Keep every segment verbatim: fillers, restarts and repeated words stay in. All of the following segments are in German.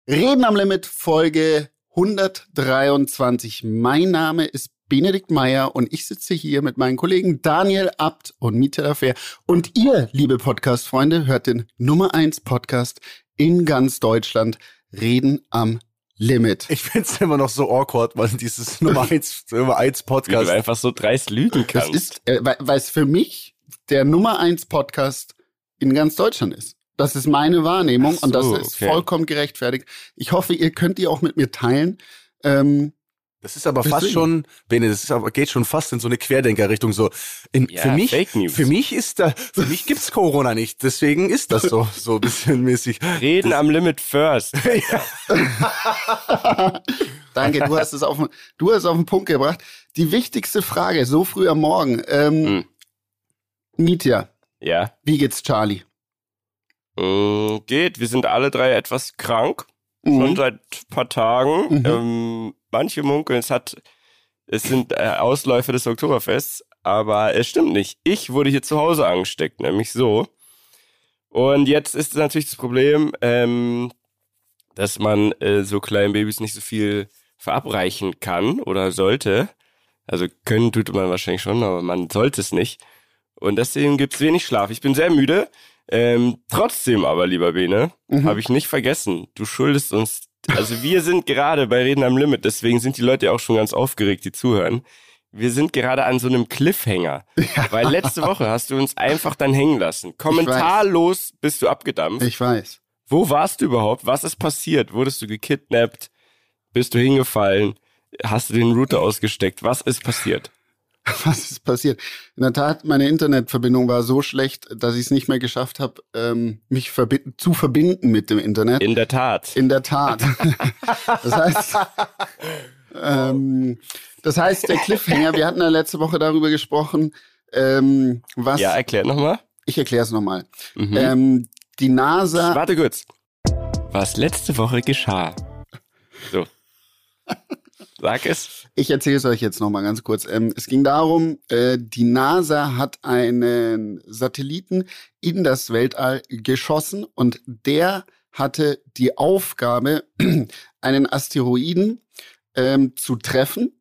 Reden am Limit, Folge hundertdreiundzwanzig. Mein Name ist Benedikt Meyer und ich sitze hier mit meinen Kollegen Daniel Abt und Mieter Affair. Und ihr, liebe Podcast-Freunde, hört den Nummer eins Podcast in ganz Deutschland, Reden am Limit. Ich find's immer noch so awkward, weil dieses Nummer eins, Nummer eins Podcast... Wie du einfach so dreist lügen kannst. Das ist, äh, weil es für mich der Nummer eins Podcast in ganz Deutschland ist. Das ist meine Wahrnehmung so, und das ist okay. Vollkommen gerechtfertigt. Ich hoffe, ihr könnt die auch mit mir teilen. Ähm, das ist aber fast schon, Bene, das ist aber, geht schon fast in so eine Querdenker-Richtung. So, in, ja, für mich, Fake News. Für mich ist da, für mich gibt's Corona nicht. Deswegen ist das so, so ein bisschen mäßig. Reden das, am Limit first. Danke, du hast es auf, du hast es auf den Punkt gebracht. Die wichtigste Frage, so früh am Morgen. Ähm, hm. Mietja. Ja. Wie geht's Charlie? Mm, geht. Wir sind alle drei etwas krank. Mhm. Schon seit ein paar Tagen. Mhm. Ähm, manche munkeln, es hat, es sind äh, Ausläufer des Oktoberfests, aber es stimmt nicht. Ich wurde hier zu Hause angesteckt, nämlich so. Und jetzt ist natürlich das Problem, ähm, dass man äh, so kleinen Babys nicht so viel verabreichen kann oder sollte. Also können tut man wahrscheinlich schon, aber man sollte es nicht. Und deswegen gibt's wenig Schlaf. Ich bin sehr müde. Ähm, trotzdem aber, lieber Bene, mhm. habe ich nicht vergessen, du schuldest uns, also wir sind gerade bei Reden am Limit, deswegen sind die Leute auch schon ganz aufgeregt, die zuhören. Wir sind gerade an so einem Cliffhanger, ja. Weil letzte Woche hast du uns einfach dann hängen lassen. Kommentarlos bist du abgedampft. Ich weiß. Wo warst du überhaupt? Was ist passiert? Wurdest du gekidnappt? Bist du hingefallen? Hast du den Router ausgesteckt? Was ist passiert? Was ist passiert? In der Tat, meine Internetverbindung war so schlecht, dass ich es nicht mehr geschafft habe, ähm, mich verbi- zu verbinden mit dem Internet. In der Tat. In der Tat. Das heißt, ähm, das heißt, der Cliffhanger, wir hatten ja letzte Woche darüber gesprochen, ähm, was... Ja, erklär nochmal. Ich erkläre es nochmal. Mhm. Ähm, die NASA... Warte kurz. Was letzte Woche geschah. So. Sag es. Ich erzähle es euch jetzt noch mal ganz kurz. Ähm, es ging darum, äh, die NASA hat einen Satelliten in das Weltall geschossen und der hatte die Aufgabe, einen Asteroiden ähm, zu treffen.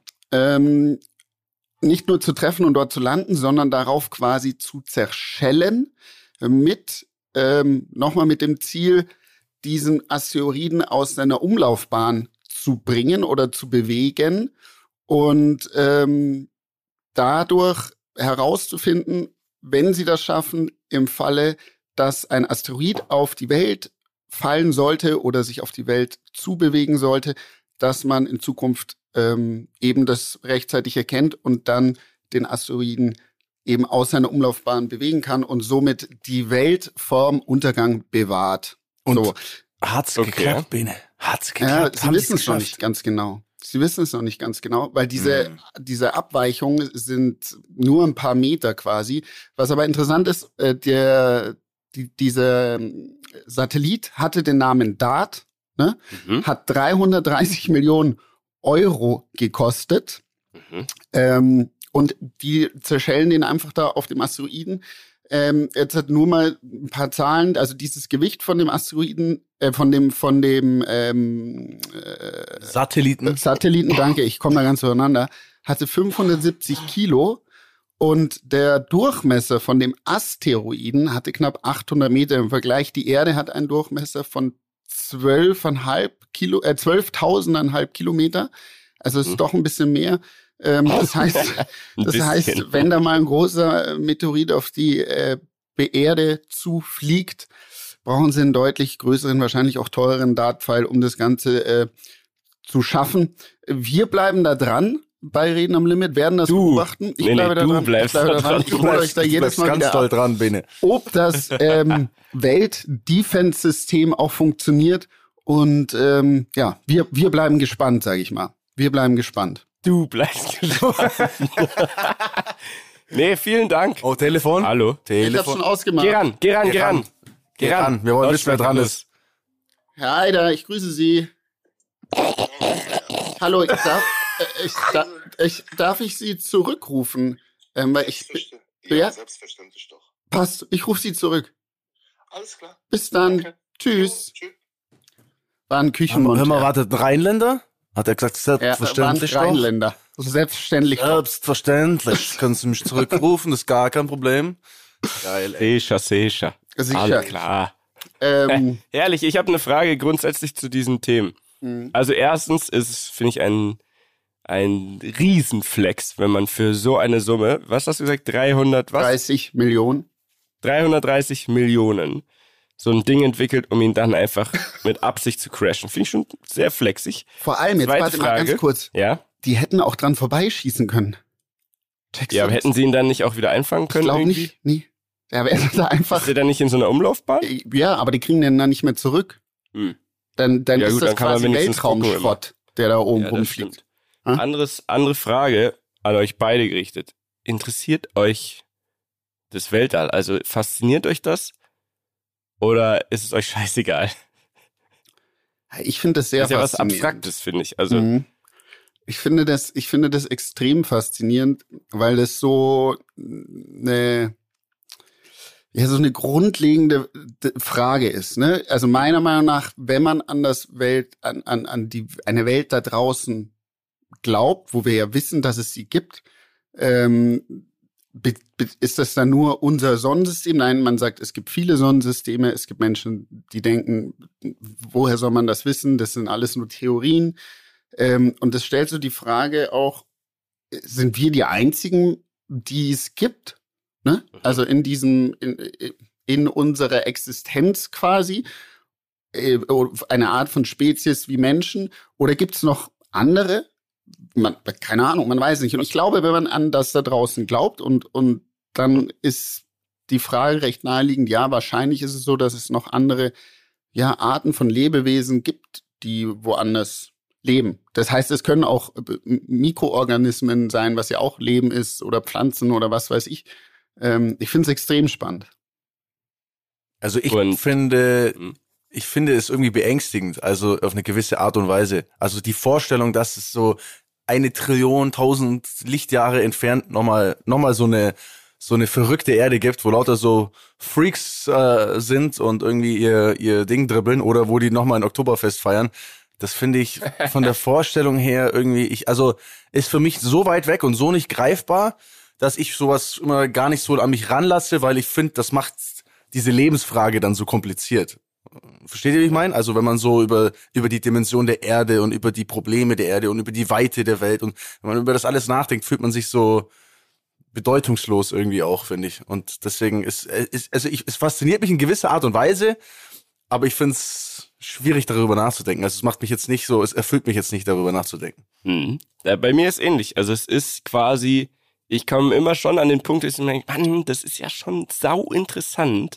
Ähm, nicht nur zu treffen und dort zu landen, sondern darauf quasi zu zerschellen mit, ähm, nochmal mit dem Ziel, diesen Asteroiden aus seiner Umlaufbahn zu bringen oder zu bewegen und ähm, dadurch herauszufinden, wenn sie das schaffen, im Falle, dass ein Asteroid auf die Welt fallen sollte oder sich auf die Welt zubewegen sollte, dass man in Zukunft ähm, eben das rechtzeitig erkennt und dann den Asteroiden eben aus seiner Umlaufbahn bewegen kann und somit die Welt vorm Untergang bewahrt. Und so. Hat's okay. geklappt, Bene? Hat's geklappt? Ja, sie wissen es noch nicht ganz genau. Sie wissen es noch nicht ganz genau, weil diese, mhm. diese Abweichungen sind nur ein paar Meter quasi. Was aber interessant ist, äh, der, die, dieser Satellit hatte den Namen DART, ne? Mhm. Hat dreihundertdreißig Millionen Euro gekostet. Mhm. Ähm, und die zerschellen den einfach da auf dem Asteroiden. Ähm, jetzt hat nur mal ein paar Zahlen, also dieses Gewicht von dem Asteroiden, äh, von dem, von dem ähm, äh, Satelliten. Satelliten, danke, ich komme da ganz durcheinander, hatte fünfhundertsiebzig Kilo und der Durchmesser von dem Asteroiden hatte knapp achthundert Meter. Im Vergleich, die Erde hat einen Durchmesser von zwölfeinhalb Kilo, äh, zwölftausendeinhalb Kilometer. Also es ist mhm. doch ein bisschen mehr. Ähm, das heißt, das heißt, wenn da mal ein großer Meteorit auf die äh, Erde zufliegt, brauchen sie einen deutlich größeren, wahrscheinlich auch teureren Dartpfeil, um das Ganze äh, zu schaffen. Wir bleiben da dran bei Reden am Limit, werden das du. beobachten. Ich nee, bleibe nee, da du dran. Bleibst ich bleibe da da dran. Ich hole euch da jedes Mal ganz wieder doll ab, dran, Bene. Ob das ähm, Welt-Defense-System auch funktioniert. Und ähm, ja, wir, wir bleiben gespannt, sage ich mal. Wir bleiben gespannt. Du bleibst gespannt. Nee, vielen Dank. Oh, Telefon. Hallo. Telefon. Ich hab's schon ausgemacht. Geh ran, geh ran, geh ran. Geh ran. Wir wollen wissen, wer dran ist. Herr Eider, ich grüße Sie. Hallo, ich darf, äh, ich, da, ich, darf ich Sie zurückrufen? Ähm, weil ich, ja, ja, selbstverständlich doch. Passt, ich rufe Sie zurück. Alles klar. Bis dann. Danke. Tschüss. Jo, tschüss. War ein Küchenmonteur. Hör mal, warte, ein Rheinländer? Hat er gesagt, selbstverständlich ja, war ein Rheinländer. Selbstverständlich. Selbstverständlich. Kannst du mich zurückrufen, das ist gar kein Problem. Geil, ey. Sicher, sicher. Sicher. Alles klar. Ähm, äh, ehrlich, ich habe eine Frage grundsätzlich zu diesen Themen. Mhm. Also erstens ist es, finde ich, ein, ein Riesenflex, wenn man für so eine Summe, was hast du gesagt, dreihundert, was? dreißig Millionen. dreihundertdreißig Millionen so ein Ding entwickelt, um ihn dann einfach mit Absicht zu crashen. Finde ich schon sehr flexig. Vor allem, jetzt Zweite warte mal Frage. ganz kurz. Ja? Die hätten auch dran vorbeischießen können. Checkst ja, aber hätten sie ihn dann nicht auch wieder einfangen können? Ich glaube nicht, nie. Ja, wäre da einfach. Ist der dann nicht in so einer Umlaufbahn? Ja, aber die kriegen den dann nicht mehr zurück. Hm. Dann, dann ja, ist gut, das dann kann quasi man wenigstens Weltraumschrott, der da oben ja, rumfliegt. Hm? Anderes, andere Frage an euch beide gerichtet. Interessiert euch das Weltall? Also fasziniert euch das? Oder ist es euch scheißegal? Ich finde das sehr das ist ja was faszinierend. Abstraktes, finde ich. Also mhm. ich finde das, ich finde das extrem faszinierend, weil das so eine, ja, so eine grundlegende Frage ist, ne? Also meiner Meinung nach, wenn man an das Welt, an, an, an die, eine Welt da draußen glaubt, wo wir ja wissen, dass es sie gibt, ähm, ist das dann nur unser Sonnensystem? Nein, man sagt, es gibt viele Sonnensysteme. Es gibt Menschen, die denken, woher soll man das wissen? Das sind alles nur Theorien. Ähm, und das stellt so die Frage auch, sind wir die Einzigen, die es gibt? Ne? Also in diesem, in, in unserer Existenz quasi, äh, eine Art von Spezies wie Menschen? Oder gibt es noch andere? Man, keine Ahnung, man weiß nicht. Und ich glaube, wenn man an das da draußen glaubt und, und dann ist die Frage recht naheliegend, ja, wahrscheinlich ist es so, dass es noch andere ja, Arten von Lebewesen gibt, die woanders leben. Das heißt, es können auch Mikroorganismen sein, was ja auch Leben ist, oder Pflanzen oder was weiß ich. Ähm, ich finde es extrem spannend. Also ich und finde, ich finde es irgendwie beängstigend, also auf eine gewisse Art und Weise. Also die Vorstellung, dass es so eine Trillion, tausend Lichtjahre entfernt nochmal, nochmal so eine, so eine verrückte Erde gibt, wo lauter so Freaks äh, sind und irgendwie ihr, ihr Ding dribbeln oder wo die nochmal ein Oktoberfest feiern. Das finde ich von der Vorstellung her irgendwie, ich, also ist für mich so weit weg und so nicht greifbar, dass ich sowas immer gar nicht so an mich ranlasse, weil ich finde, das macht diese Lebensfrage dann so kompliziert. Versteht ihr, wie ich meine? Also wenn man so über über die Dimension der Erde und über die Probleme der Erde und über die Weite der Welt und wenn man über das alles nachdenkt, fühlt man sich so bedeutungslos irgendwie auch, finde ich. Und deswegen ist, ist also ich, es fasziniert mich in gewisser Art und Weise, aber ich finde es schwierig, darüber nachzudenken. Also es macht mich jetzt nicht so, es erfüllt mich jetzt nicht, darüber nachzudenken. Mhm. Ja, bei mir ist ähnlich. Also es ist quasi, ich komme immer schon an den Punkt, dass ich mir denke, Mann, das ist ja schon sau interessant.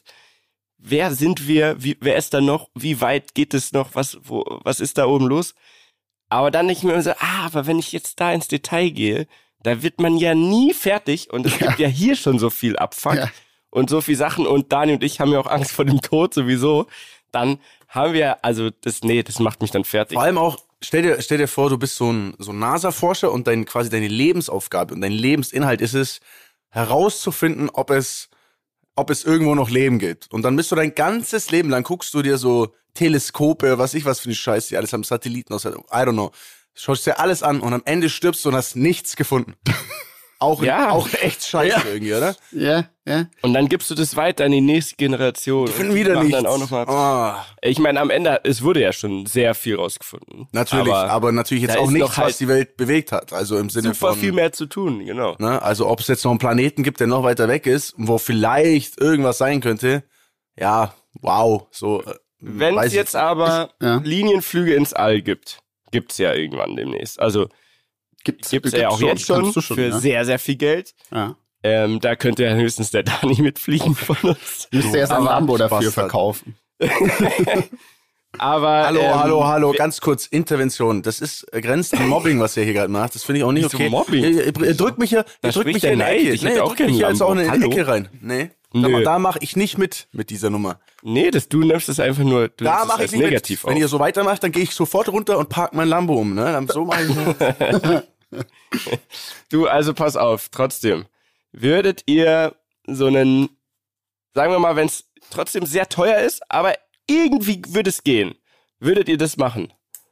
Wer sind wir? Wie, wer ist da noch? Wie weit geht es noch? Was, wo, was ist da oben los? Aber dann denke ich mir immer so, ah, aber wenn ich jetzt da ins Detail gehe, da wird man ja nie fertig und es ja. gibt ja hier schon so viel Abfuck ja. und so viel Sachen und Dani und ich haben ja auch Angst vor dem Tod sowieso. Dann haben wir, also das, nee, das macht mich dann fertig. Vor allem auch, stell dir, stell dir vor, du bist so ein, so ein NASA-Forscher und dein, quasi deine Lebensaufgabe und dein Lebensinhalt ist es, herauszufinden, ob es ob es irgendwo noch Leben gibt. Und dann bist du dein ganzes Leben lang, guckst du dir so Teleskope, was ich was für eine Scheiße, die alles haben Satelliten aus, I don't know. Schaust dir alles an und am Ende stirbst du und hast nichts gefunden. Auch, ja. auch echt scheiße ja. irgendwie, oder? Ja, ja. Und dann gibst du das weiter an die nächste Generation. Die finden wieder nichts. Dann auch noch mal oh. Ich meine, am Ende, es wurde ja schon sehr viel rausgefunden. Natürlich, aber, aber natürlich jetzt auch nichts, halt was die Welt bewegt hat. Also im Sinne super von... Super viel mehr zu tun, genau. Ne? Also ob es jetzt noch einen Planeten gibt, der noch weiter weg ist, wo vielleicht irgendwas sein könnte, ja, wow. So. Wenn es jetzt aber ich, ja. Linienflüge ins All gibt, gibt's ja irgendwann demnächst. Also Gibt's, gibt's ja auch schon, jetzt schon, schon für ja. sehr, sehr viel Geld. Ja. Ähm, da könnte ja höchstens der Dani mitfliegen von uns. Müsste erst ein Lambo dafür verkaufen. Aber hallo, ähm, hallo, hallo, ganz kurz, Intervention. Das ist grenzt an Mobbing, was ihr hier gerade macht. Das finde ich auch nicht okay. Mobbing? Ihr, ihr, ihr drückt mich hier, ihr drückt mich hier in die Ecke. Ich nee, ihr drückt mich hier jetzt auch in die hallo? Ecke rein. Nee, da, da mache ich nicht mit, mit dieser Nummer. Nee, das, du nimmst es einfach nur, du da nimmst es als ich negativ mit. Wenn ihr so weitermacht, dann gehe ich sofort runter und park mein Lambo um. Ne? Dann so mache ich Du, also pass auf, trotzdem. Würdet ihr so einen, sagen wir mal, wenn es trotzdem sehr teuer ist, aber irgendwie würde es gehen, Würdet ihr das machen?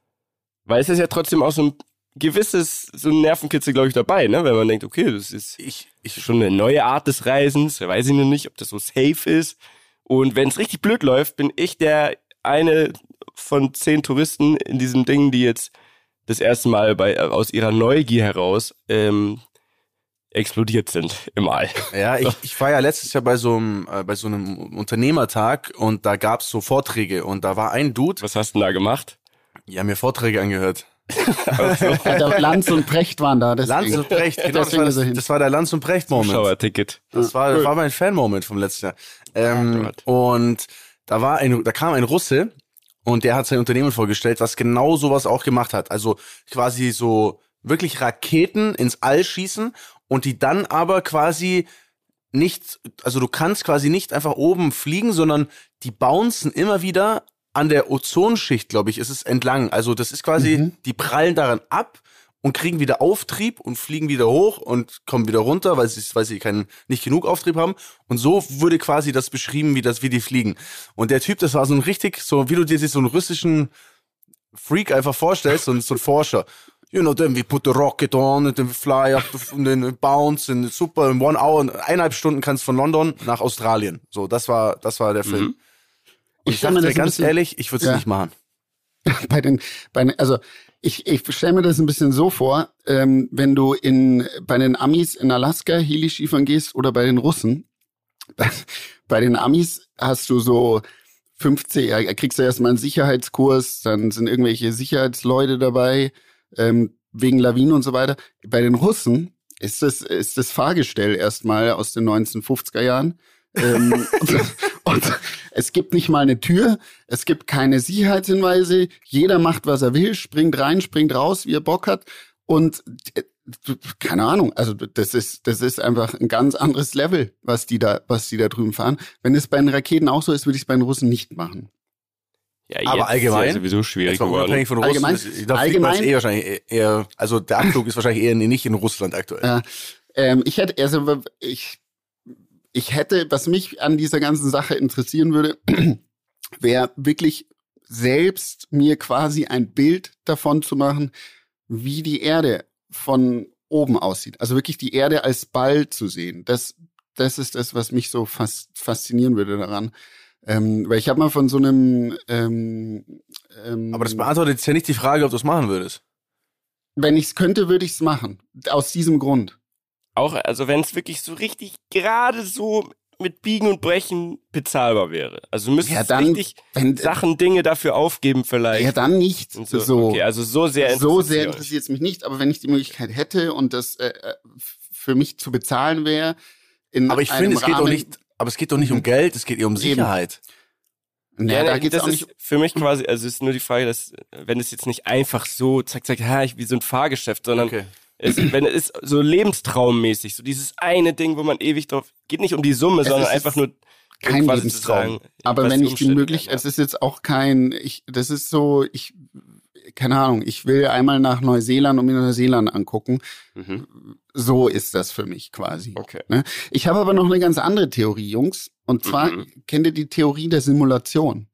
Weil es ist ja trotzdem auch so ein gewisses, so ein Nervenkitzel, glaube ich, dabei, ne? Wenn man denkt, okay, das ist ich, ich schon eine neue Art des Reisens, weiß ich noch nicht, ob das so safe ist. Und wenn es richtig blöd läuft, bin ich der eine von zehn Touristen in diesem Ding, die jetzt das erste Mal bei aus ihrer Neugier heraus ähm, explodiert sind im All. Ja, ich, ich war ja letztes Jahr bei so einem äh, bei so einem Unternehmertag und da gab's so Vorträge und da war ein Dude. Was hast du denn da gemacht? Ja, mir Vorträge angehört. Also, Lanz und Precht waren da. Deswegen. Lanz und Precht, genau, das war, das, das war der Lanz und Precht-Moment. Zuschauerticket. Das war, das war mein Fan-Moment vom letzten Jahr. Ähm, oh und da war ein, da kam ein Russe und der hat sein Unternehmen vorgestellt, was genau sowas auch gemacht hat. Also quasi so wirklich Raketen ins All schießen und die dann aber quasi nicht, also du kannst quasi nicht einfach oben fliegen, sondern die bouncen immer wieder an der Ozonschicht, glaube ich, ist es entlang. Also das ist quasi, mhm. die prallen daran ab und kriegen wieder Auftrieb und fliegen wieder hoch und kommen wieder runter, weil sie, weil sie keinen, nicht genug Auftrieb haben. Und so wurde quasi das beschrieben, wie das, wie die fliegen. Und der Typ, das war so ein richtig, so wie du dir so einen russischen Freak einfach vorstellst, so ein, so ein Forscher. You know, then we put the rocket on and then we fly up and then bounce and super, in one hour, eineinhalb Stunden kannst von London nach Australien. So, das war, das war der Film. Mhm. Und ich, ich sag mir ganz bisschen, ehrlich, ich würde es ja. nicht machen. Bei den, bei den, also ich, ich stelle mir das ein bisschen so vor, ähm, wenn du in bei den Amis in Alaska Heli-Skifahren gehst oder bei den Russen. Bei, bei den Amis hast du so fünfzehn, ja, kriegst du erstmal einen Sicherheitskurs, dann sind irgendwelche Sicherheitsleute dabei, ähm, wegen Lawinen und so weiter. Bei den Russen ist das, ist das Fahrgestell erstmal aus den neunzehnhundertfünfziger Jahren. ähm, und, und es gibt nicht mal eine Tür, es gibt keine Sicherheitshinweise, jeder macht, was er will, springt rein, springt raus, wie er Bock hat und äh, keine Ahnung, also das ist das ist einfach ein ganz anderes Level, was die da was die da drüben fahren. Wenn es bei den Raketen auch so ist, würde ich es bei den Russen nicht machen. Ja, aber allgemein ist ja sowieso schwierig geworden. Unabhängig von Russen, allgemein, ist, ich glaube, allgemein ist eh wahrscheinlich eher, also der Abflug ist wahrscheinlich eher nicht in Russland aktuell. Ja, ähm, ich hätte also ich Ich hätte, was mich an dieser ganzen Sache interessieren würde, wäre wirklich selbst mir quasi ein Bild davon zu machen, wie die Erde von oben aussieht. Also wirklich die Erde als Ball zu sehen. Das, das ist das, was mich so fas- faszinieren würde daran. Ähm, weil ich habe mal von so einem... Ähm, ähm, Aber das beantwortet jetzt ja nicht die Frage, ob du es machen würdest. Wenn ich es könnte, würde ich es machen. Aus diesem Grund. Auch, also wenn es wirklich so richtig gerade so mit Biegen und Brechen bezahlbar wäre. Also du müsstest ja, dann, richtig wenn, Sachen, Dinge dafür aufgeben vielleicht. Ja, dann nicht so. so. Okay, also so sehr So sehr interessiert es mich nicht, aber wenn ich die Möglichkeit hätte und das äh, für mich zu bezahlen wäre, in aber ich finde, es geht doch nicht, aber es geht doch nicht um Geld, es geht eher um Sicherheit. Ja, ja, da geht's das auch nicht. Ist für mich quasi, also es ist nur die Frage, dass, wenn es jetzt nicht einfach so, zack, zack, ha, ich, wie so ein Fahrgeschäft, sondern okay. Es, wenn es ist so lebenstraummäßig, so dieses eine Ding, wo man ewig drauf, geht nicht um die Summe, es sondern einfach nur kein Lebenstraum. Aber wenn ich die Möglichkeit, es ist jetzt auch kein, ich, das ist so, ich, keine Ahnung, ich will einmal nach Neuseeland und mir Neuseeland angucken. Mhm. So ist das für mich quasi. Okay. Ne? Ich habe aber noch eine ganz andere Theorie, Jungs. Und zwar, mhm. kennt ihr die Theorie der Simulation?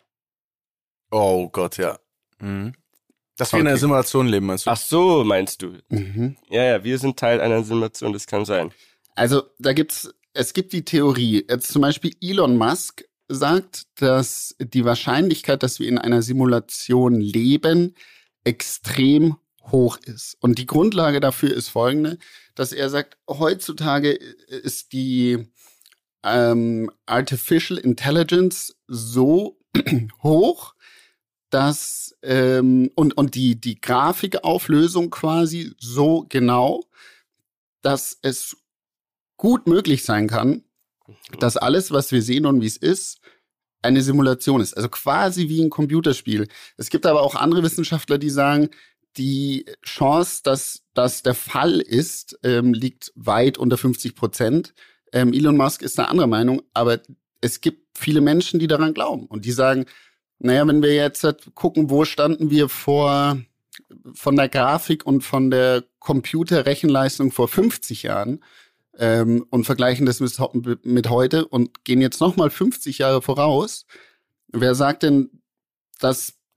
Oh Gott, ja. Mhm. Dass wir okay. in einer Simulation leben, meinst du? Ach so, meinst du? Mhm. Ja, ja, wir sind Teil einer Simulation, das kann sein. Also, da gibt's, es gibt die Theorie, jetzt zum Beispiel Elon Musk sagt, dass die Wahrscheinlichkeit, dass wir in einer Simulation leben, extrem hoch ist. Und die Grundlage dafür ist folgende, dass er sagt, heutzutage ist die ähm, Artificial Intelligence so hoch, dass ähm, und und die die Grafikauflösung quasi so genau, dass es gut möglich sein kann, dass alles, was wir sehen und wie es ist, eine Simulation ist. Also quasi wie ein Computerspiel. Es gibt aber auch andere Wissenschaftler, die sagen, die Chance, dass das der Fall ist, ähm, liegt weit unter fünfzig Prozent. Ähm, Elon Musk ist eine andere Meinung, aber es gibt viele Menschen, die daran glauben und die sagen, naja, wenn wir jetzt gucken, wo standen wir vor von der Grafik und von der Computerrechenleistung vor fünfzig Jahren ähm, und vergleichen das mit, mit heute und gehen jetzt nochmal fünfzig Jahre voraus. Wer sagt denn, dass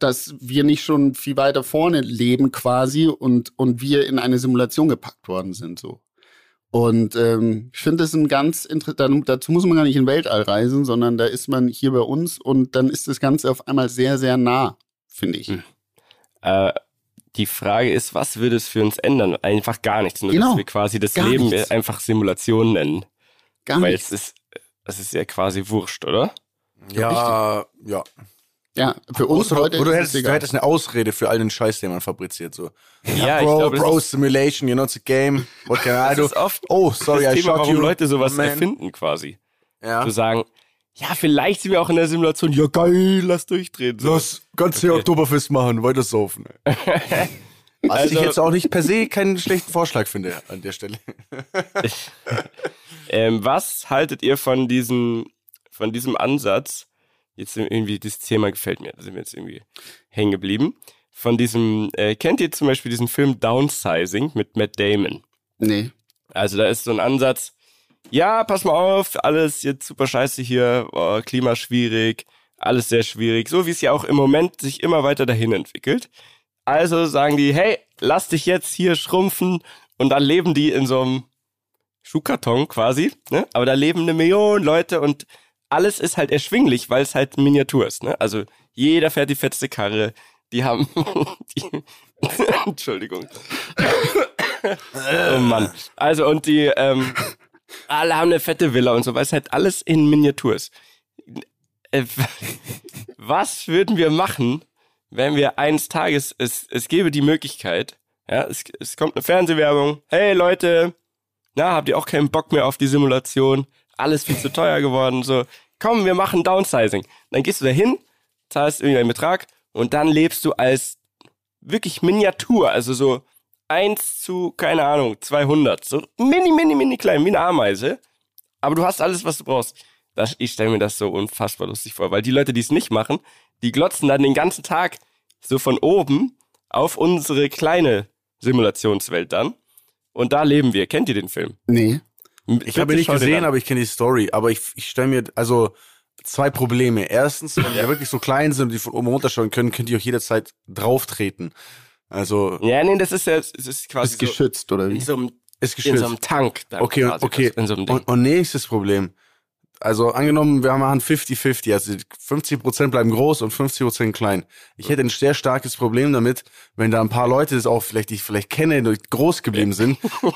dass wir nicht schon viel weiter vorne leben quasi und, und wir in eine Simulation gepackt worden sind, so. Und ähm, ich finde das ein ganz interessant, dazu muss man gar nicht in den Weltall reisen, sondern da ist man hier bei uns und dann ist das Ganze auf einmal sehr, sehr nah, finde ich. Hm. Äh, die Frage ist, was würde es für uns ändern? Einfach gar nichts, nur genau. dass wir quasi das gar Leben nichts. einfach Simulation nennen. Gar Weil nichts. es ist, es ist ja quasi wurscht, oder? Ja, ja. Ja, für uns oder, heute oder du, ist hättest, es egal. du hättest eine Ausrede für all den Scheiß, den man fabriziert. So. Ja, Bro, ich glaube, Bro, das ist, Simulation, you know, it's a game. What can I das do? ist oft Oh, sorry, das I Thema, shot warum you. Leute sowas man. erfinden quasi. Ja. Zu sagen, ja, vielleicht sind wir auch in der Simulation, ja geil, lass durchdrehen. So. Lass ganze Okay. Oktoberfest machen, weiter saufen. Was Also- ich jetzt auch nicht per se keinen schlechten Vorschlag finde an der Stelle. ähm, was haltet ihr von diesem, von diesem Ansatz? Jetzt irgendwie, das Thema gefällt mir, da sind wir jetzt irgendwie hängen geblieben. Von diesem, äh, kennt ihr zum Beispiel diesen Film Downsizing mit Matt Damon? Nee. Also da ist so ein Ansatz, ja, pass mal auf, alles jetzt super scheiße hier, oh, Klima schwierig, alles sehr schwierig, so wie es ja auch im Moment sich immer weiter dahin entwickelt. Also sagen die, hey, lass dich jetzt hier schrumpfen und dann leben die in so einem Schuhkarton quasi, ne? Aber da leben eine Million Leute und alles ist halt erschwinglich, weil es halt Miniatur ist, ne? Also jeder fährt die fetzte Karre, die haben, die, Entschuldigung. Oh Mann. Also und die, ähm, alle haben eine fette Villa und so, weil es halt alles in Miniatur ist. Äh, was würden wir machen, wenn wir eines Tages, es, es gäbe die Möglichkeit, ja, es, es kommt eine Fernsehwerbung, hey Leute, na, habt ihr auch keinen Bock mehr auf die Simulation? Alles viel zu teuer geworden, so, komm, wir machen Downsizing. Dann gehst du da hin, zahlst irgendeinen Betrag und dann lebst du als wirklich Miniatur, also so eins zu, keine Ahnung, zweihundert, so mini, mini, mini klein, wie eine Ameise, aber du hast alles, was du brauchst. Das, ich stelle mir das so unfassbar lustig vor, weil die Leute, die es nicht machen, die glotzen dann den ganzen Tag so von oben auf unsere kleine Simulationswelt dann und da leben wir. Kennt ihr den Film? Nee. Ich habe ihn nicht gesehen, aber ich kenne die Story. Aber ich, ich stelle mir, also zwei Probleme. Erstens, wenn die ja wirklich so klein sind und die von oben runterschauen können, könnt ihr auch jederzeit drauf treten. Also. Ja, nee, das ist ja, es ist quasi Ist geschützt, so, oder wie? in so einem, ist in geschützt. so einem Tank. Dann Okay, quasi, okay. In so einem Ding. Und, und nächstes Problem. Also angenommen, wir machen fifty fifty, also fünfzig Prozent bleiben groß und fünfzig Prozent klein. Ich hätte ein sehr starkes Problem damit, wenn da ein paar Leute das auch vielleicht, die ich vielleicht kenne, die groß geblieben sind,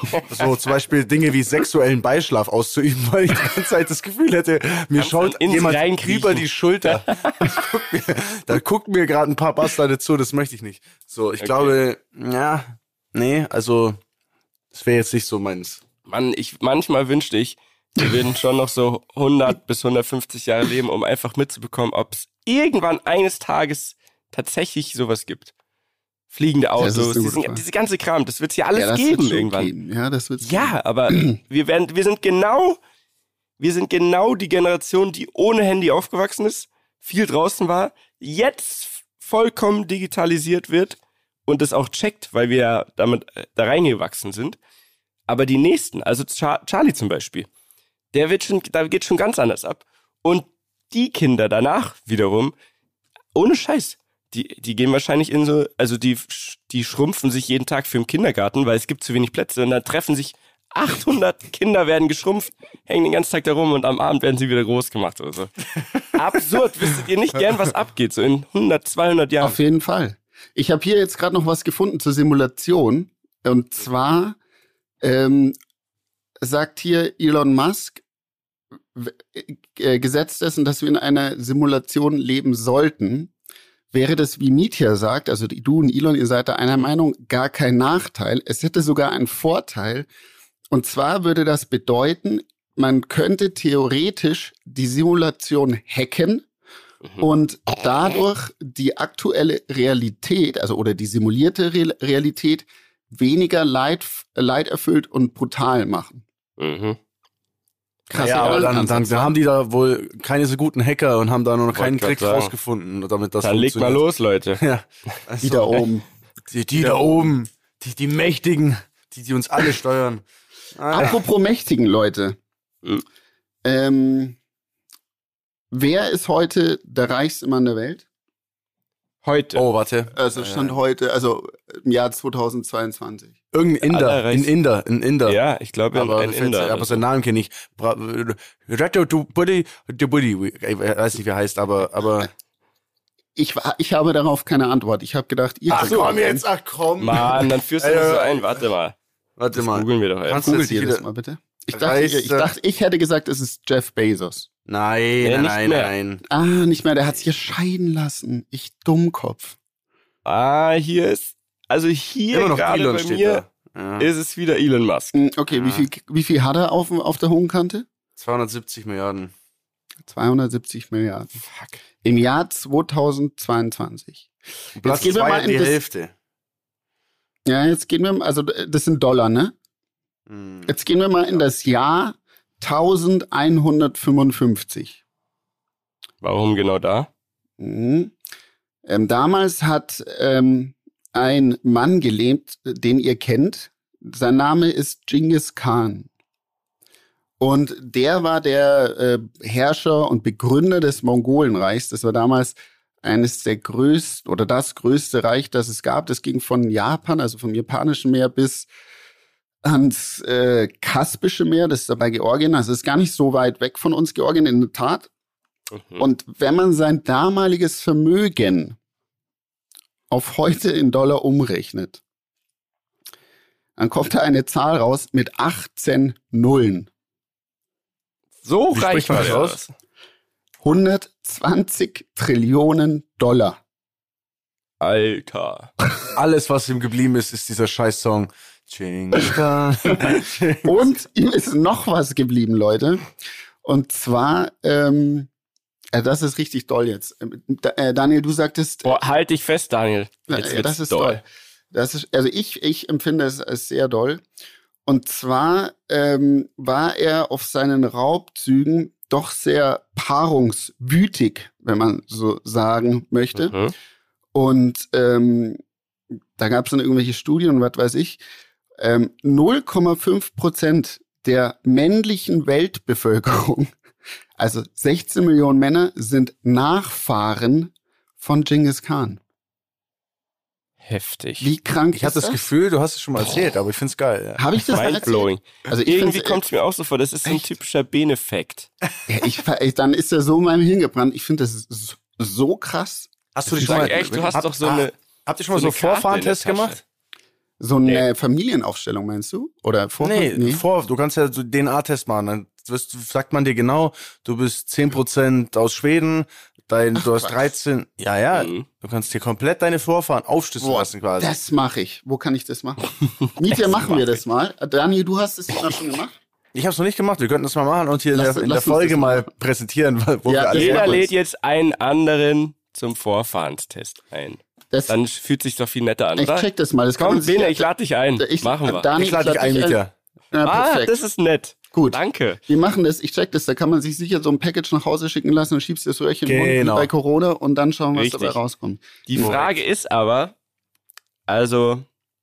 so zum Beispiel Dinge wie sexuellen Beischlaf auszuüben, weil ich die ganze Zeit das Gefühl hätte, mir Kannst schaut dann in sie jemand reinkriechen. über die Schulter. guckt mir, da guckt mir gerade ein paar Bastarde zu, das möchte ich nicht. So, ich Okay. glaube, ja, nee, also das wäre jetzt nicht so meins. Mann, ich, manchmal wünschte ich, wir würden schon noch so hundert bis hundertfünfzig Jahre leben, um einfach mitzubekommen, ob es irgendwann eines Tages tatsächlich sowas gibt. Fliegende Das ist eine Autos, gute diesen, Frage. diese ganze Kram, das wird es ja alles ja, das geben wird schon irgendwann. geben. Ja, das wird's Ja, aber wir werden, wir sind genau, wir sind genau die Generation, die ohne Handy aufgewachsen ist, viel draußen war, jetzt vollkommen digitalisiert wird und das auch checkt, weil wir ja damit äh, da reingewachsen sind. Aber die nächsten, also Char- Charlie zum Beispiel, der wird schon, da geht schon ganz anders ab. Und die Kinder danach wiederum, ohne Scheiß, die, die gehen wahrscheinlich in so, also die, die schrumpfen sich jeden Tag für den Kindergarten, weil es gibt zu wenig Plätze und dann treffen sich achthundert Kinder, werden geschrumpft, hängen den ganzen Tag da rum und am Abend werden sie wieder groß gemacht oder so. Absurd, wüsstet ihr nicht gern, was abgeht, so in hundert, zweihundert Jahren. Auf jeden Fall. Ich habe hier jetzt gerade noch was gefunden zur Simulation. Und zwar ähm, sagt hier Elon Musk, äh, gesetzt dessen, dass wir in einer Simulation leben sollten, wäre das, wie Mietja sagt, also du und Elon, ihr seid da einer Meinung, gar kein Nachteil. Es hätte sogar einen Vorteil. Und zwar würde das bedeuten, man könnte theoretisch die Simulation hacken mhm. und dadurch die aktuelle Realität, also oder die simulierte Re- Realität weniger leid, leiderfüllt und brutal machen. Mhm. Krass, ja, aber dann, dann, dann haben die da wohl keine so guten Hacker und haben da noch keinen Trick rausgefunden, damit das dann legt mal los, Leute. Ja. Also, die da oben. Die, die da oben. Die, die Mächtigen, die, die uns alle steuern. Ah. Apropos Mächtigen, Leute. Mhm. Ähm, wer ist heute der reichste Mann der Welt? Heute. Oh, warte. Also Stand äh, heute, also im Jahr zweitausendzweiundzwanzig. Irgendein Inder, ein Inder, ein Inder. Ja, ich glaube, aber ein Inder. Aber seinen Namen kenne ich. Du Buddy, du Buddy, ich weiß nicht, wie er heißt, aber, aber. Ich, ich habe darauf keine Antwort. Ich habe gedacht, ihr Ach komm jetzt, ach komm. Mann, dann führst du das so ein. Warte mal. Warte mal. Googeln wir doch erst. Googelt ihr das mal bitte? Ich dachte, ich, ich dachte, ich hätte gesagt, es ist Jeff Bezos. Nein, nee, nein, nein. Ah, nicht mehr. Der hat sich scheiden lassen. Ich Dummkopf. Ah, hier ist, also hier gerade bei mir ja. ist es wieder Elon Musk. Okay, ja. wie viel, wie viel hat er auf, auf der hohen Kante? zweihundertsiebzig Milliarden. zweihundertsiebzig Milliarden. Fuck. Im Jahr zweitausendzweiundzwanzig. Platz zwei mal in die das, Hälfte. Ja, jetzt gehen wir, also das sind Dollar, ne? Hm. Jetzt gehen wir mal in das Jahr elfhundertfünfundfünfzig. Warum genau da? Mhm. Ähm, damals hat ähm, ein Mann gelebt, den ihr kennt. Sein Name ist Genghis Khan. Und der war der äh, Herrscher und Begründer des Mongolenreichs. Das war damals eines der größten oder das größte Reich, das es gab. Das ging von Japan, also vom Japanischen Meer bis ans äh, Kaspische Meer. Das ist dabei Georgien. Also es ist gar nicht so weit weg von uns, Georgien, in der Tat. Mhm. Und wenn man sein damaliges Vermögen auf heute in Dollar umrechnet, dann kommt da eine Zahl raus mit achtzehn Nullen. So reich war das. hundertzwanzig Trillionen Dollar. Alter. Alles, was ihm geblieben ist, ist dieser Scheiß-Song. Und ihm ist noch was geblieben, Leute. Und zwar, ähm, äh, das ist richtig doll jetzt. Äh, Daniel, du sagtest... Boah, halt dich fest, Daniel. Jetzt äh, das ist doll. doll. Das ist, also ich, ich empfinde es als sehr doll. Und zwar ähm, war er auf seinen Raubzügen doch sehr paarungswütig, wenn man so sagen möchte. Mhm. Und ähm, da gab es dann irgendwelche Studien und was weiß ich. Ähm, null Komma fünf Prozent der männlichen Weltbevölkerung, also sechzehn Millionen Männer, sind Nachfahren von Genghis Khan. Heftig. Wie krank ich habe das, das Gefühl, du hast es schon mal erzählt, Boah. aber ich find's geil. Ja. Habe ich das Mindblowing. Also ich irgendwie kommt es mir auch so vor, das ist so ein typischer Beneffekt. Ja, ich, ich, dann ist er so in meinem Hirn gebrannt. Ich finde das so, so krass. Hast du dich schon mal echt, du hast hab, doch so eine Habt ihr schon mal so, so Vorfahrentest gemacht? So eine nee. Familienaufstellung, meinst du? Oder Vorfahren? Nee, nee. Vor, du kannst ja so D N A-Test machen. Dann wirst, sagt man dir genau, du bist zehn Prozent aus Schweden, dein, Ach, du hast dreizehn. Ja, ja, mhm. du kannst dir komplett deine Vorfahren aufschlüsseln Boah, lassen quasi. Das mache ich. Wo kann ich das machen? Mietja, machen mach wir das mal. Daniel, du hast es ja schon gemacht. Ich habe es noch nicht gemacht. Wir könnten das mal machen und hier lass, in der, in der Folge mal präsentieren. Wo ja, wir alle jeder lädt jetzt einen anderen zum Vorfahrenstest ein. Das Dann fühlt sich doch viel netter an, ich oder? Ich check das mal. Das Komm, Bene, ich lade dich ein. Ich, Machen wir. Dani, ich lade dich ein, Mietja. Ja, ah, das ist nett. Gut. Danke. Wir machen das. Ich check das. Da kann man sich sicher so ein Package nach Hause schicken lassen und schiebst das Röhrchen genau. in den Mund wie bei Corona und dann schauen, was Richtig. dabei rauskommt. Die Frage Korrekt. ist aber, also,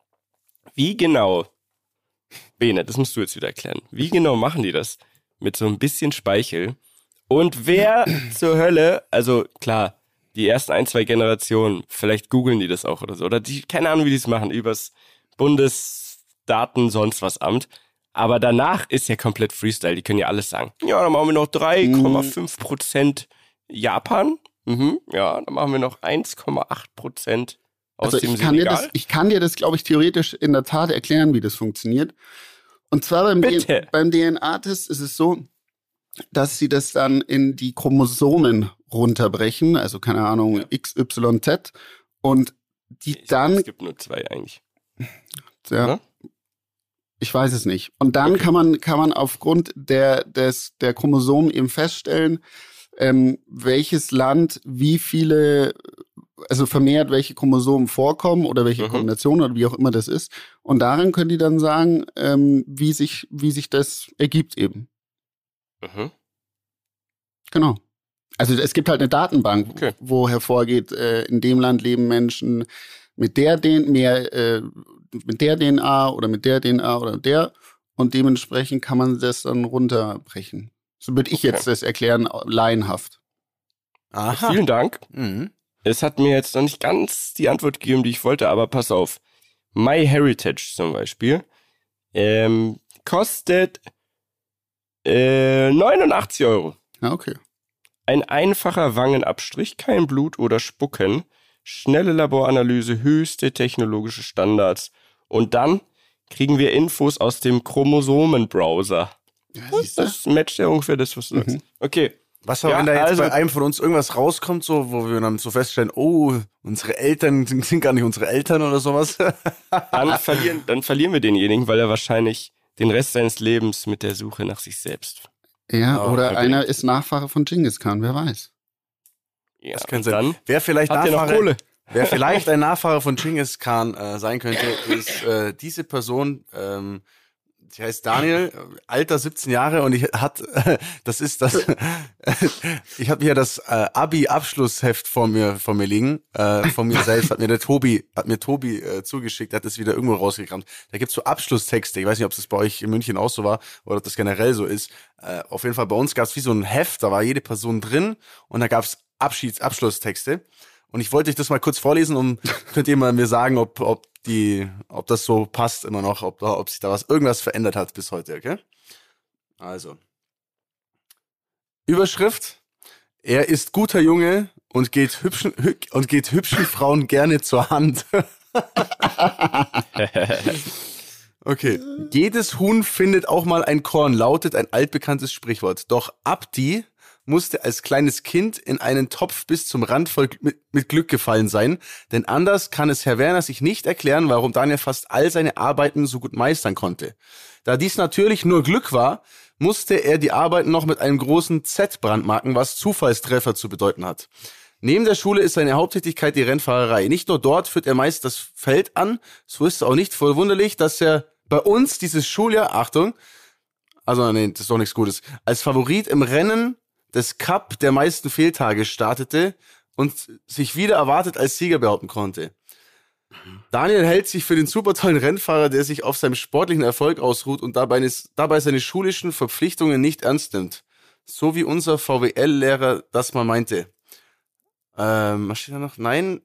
wie genau, Bene, das musst du jetzt wieder erklären, wie genau machen die das mit so ein bisschen Speichel? Und wer zur Hölle, also klar, die ersten ein, zwei Generationen, vielleicht googeln die das auch oder so, oder die, keine Ahnung, wie die es machen, übers Bundesdaten sonst was Amt. Aber danach ist ja komplett Freestyle, die können ja alles sagen. Ja, dann machen wir noch drei Komma fünf Prozent Japan. Mhm. Ja, dann machen wir noch eins Komma acht Prozent aus also dem ich kann Senegal. Dir das, ich kann dir das, glaube ich, theoretisch in der Tat erklären, wie das funktioniert. Und zwar beim, D- beim D N A-Test ist es so, dass sie das dann in die Chromosomen runterbrechen, also keine Ahnung, ja. X, Y, Z, und die ich dann... Es gibt nur zwei eigentlich. Ja, ja? Ich weiß es nicht. Und dann okay. kann man kann man aufgrund der des der Chromosomen eben feststellen, ähm, welches Land wie viele, also vermehrt welche Chromosomen vorkommen oder welche mhm. Kombinationen oder wie auch immer das ist. Und daran können die dann sagen, ähm, wie sich wie sich das ergibt eben. Mhm. Genau. Also es gibt halt eine Datenbank, okay. wo hervorgeht, äh, in dem Land leben Menschen mit der D N A, mehr, äh, mit der D N A oder mit der D N A oder der und dementsprechend kann man das dann runterbrechen. So würde ich okay. jetzt das erklären, laienhaft. Aha. Vielen Dank. Mhm. es hat mir jetzt noch nicht ganz die Antwort gegeben, die ich wollte, aber pass auf. MyHeritage zum Beispiel ähm, kostet äh, neunundachtzig Euro. Ja, okay. Ein einfacher Wangenabstrich, kein Blut oder Spucken, schnelle Laboranalyse, höchste technologische Standards. Und dann kriegen wir Infos aus dem Chromosomenbrowser. Ja, das, das matcht ja ungefähr das, was du sagst. Mhm. Okay. Was aber, ja, wenn da jetzt also, bei einem von uns irgendwas rauskommt, so, wo wir dann so feststellen, oh, unsere Eltern sind, sind gar nicht unsere Eltern oder sowas. dann, verlieren, dann verlieren wir denjenigen, weil er wahrscheinlich den Rest seines Lebens mit der Suche nach sich selbst. Ja, oh, oder okay. einer ist Nachfahre von Genghis Khan, wer weiß. Ja, das könnte sein. Wer vielleicht Nachfahre, wer vielleicht ein Nachfahre von Genghis Khan äh, sein könnte, ist äh, diese Person, ähm, die heißt Daniel, Alter siebzehn Jahre und ich hat, äh, das ist das, äh, ich habe hier das äh, Abi-Abschlussheft vor mir vor mir liegen, äh, von mir selbst, hat mir der Tobi, hat mir Tobi äh, zugeschickt, hat das wieder irgendwo rausgekramt. Da gibt's so Abschlusstexte, ich weiß nicht, ob das bei euch in München auch so war oder ob das generell so ist. Äh, auf jeden Fall bei uns gab's wie so ein Heft, da war jede Person drin und da gab's Abschieds-, Abschlusstexte. Und ich wollte euch das mal kurz vorlesen, um könnt ihr mal mir sagen, ob ob die, ob das so passt immer noch, ob ob sich da was irgendwas verändert hat bis heute, okay? Also Überschrift: Er ist guter Junge und geht hübschen und geht hübschen Frauen gerne zur Hand. Okay. Jedes Huhn findet auch mal ein Korn, lautet ein altbekanntes Sprichwort. Doch Abdi musste als kleines Kind in einen Topf bis zum Rand voll mit, mit Glück gefallen sein, denn anders kann es Herr Werner sich nicht erklären, warum Daniel fast all seine Arbeiten so gut meistern konnte. Da dies natürlich nur Glück war, musste er die Arbeiten noch mit einem großen Z brandmarken, was Zufallstreffer zu bedeuten hat. Neben der Schule ist seine Haupttätigkeit die Rennfahrerei. Nicht nur dort führt er meist das Feld an, so ist es auch nicht verwunderlich, dass er bei uns dieses Schuljahr, Achtung, also nee, das ist doch nichts Gutes, als Favorit im Rennen des Cup der meisten Fehltage startete und sich wieder erwartet als Sieger behaupten konnte. Daniel hält sich für den super tollen Rennfahrer, der sich auf seinem sportlichen Erfolg ausruht und dabei, dabei seine schulischen Verpflichtungen nicht ernst nimmt. So wie unser V W L-Lehrer das mal meinte. Ähm, was steht da noch? Nein.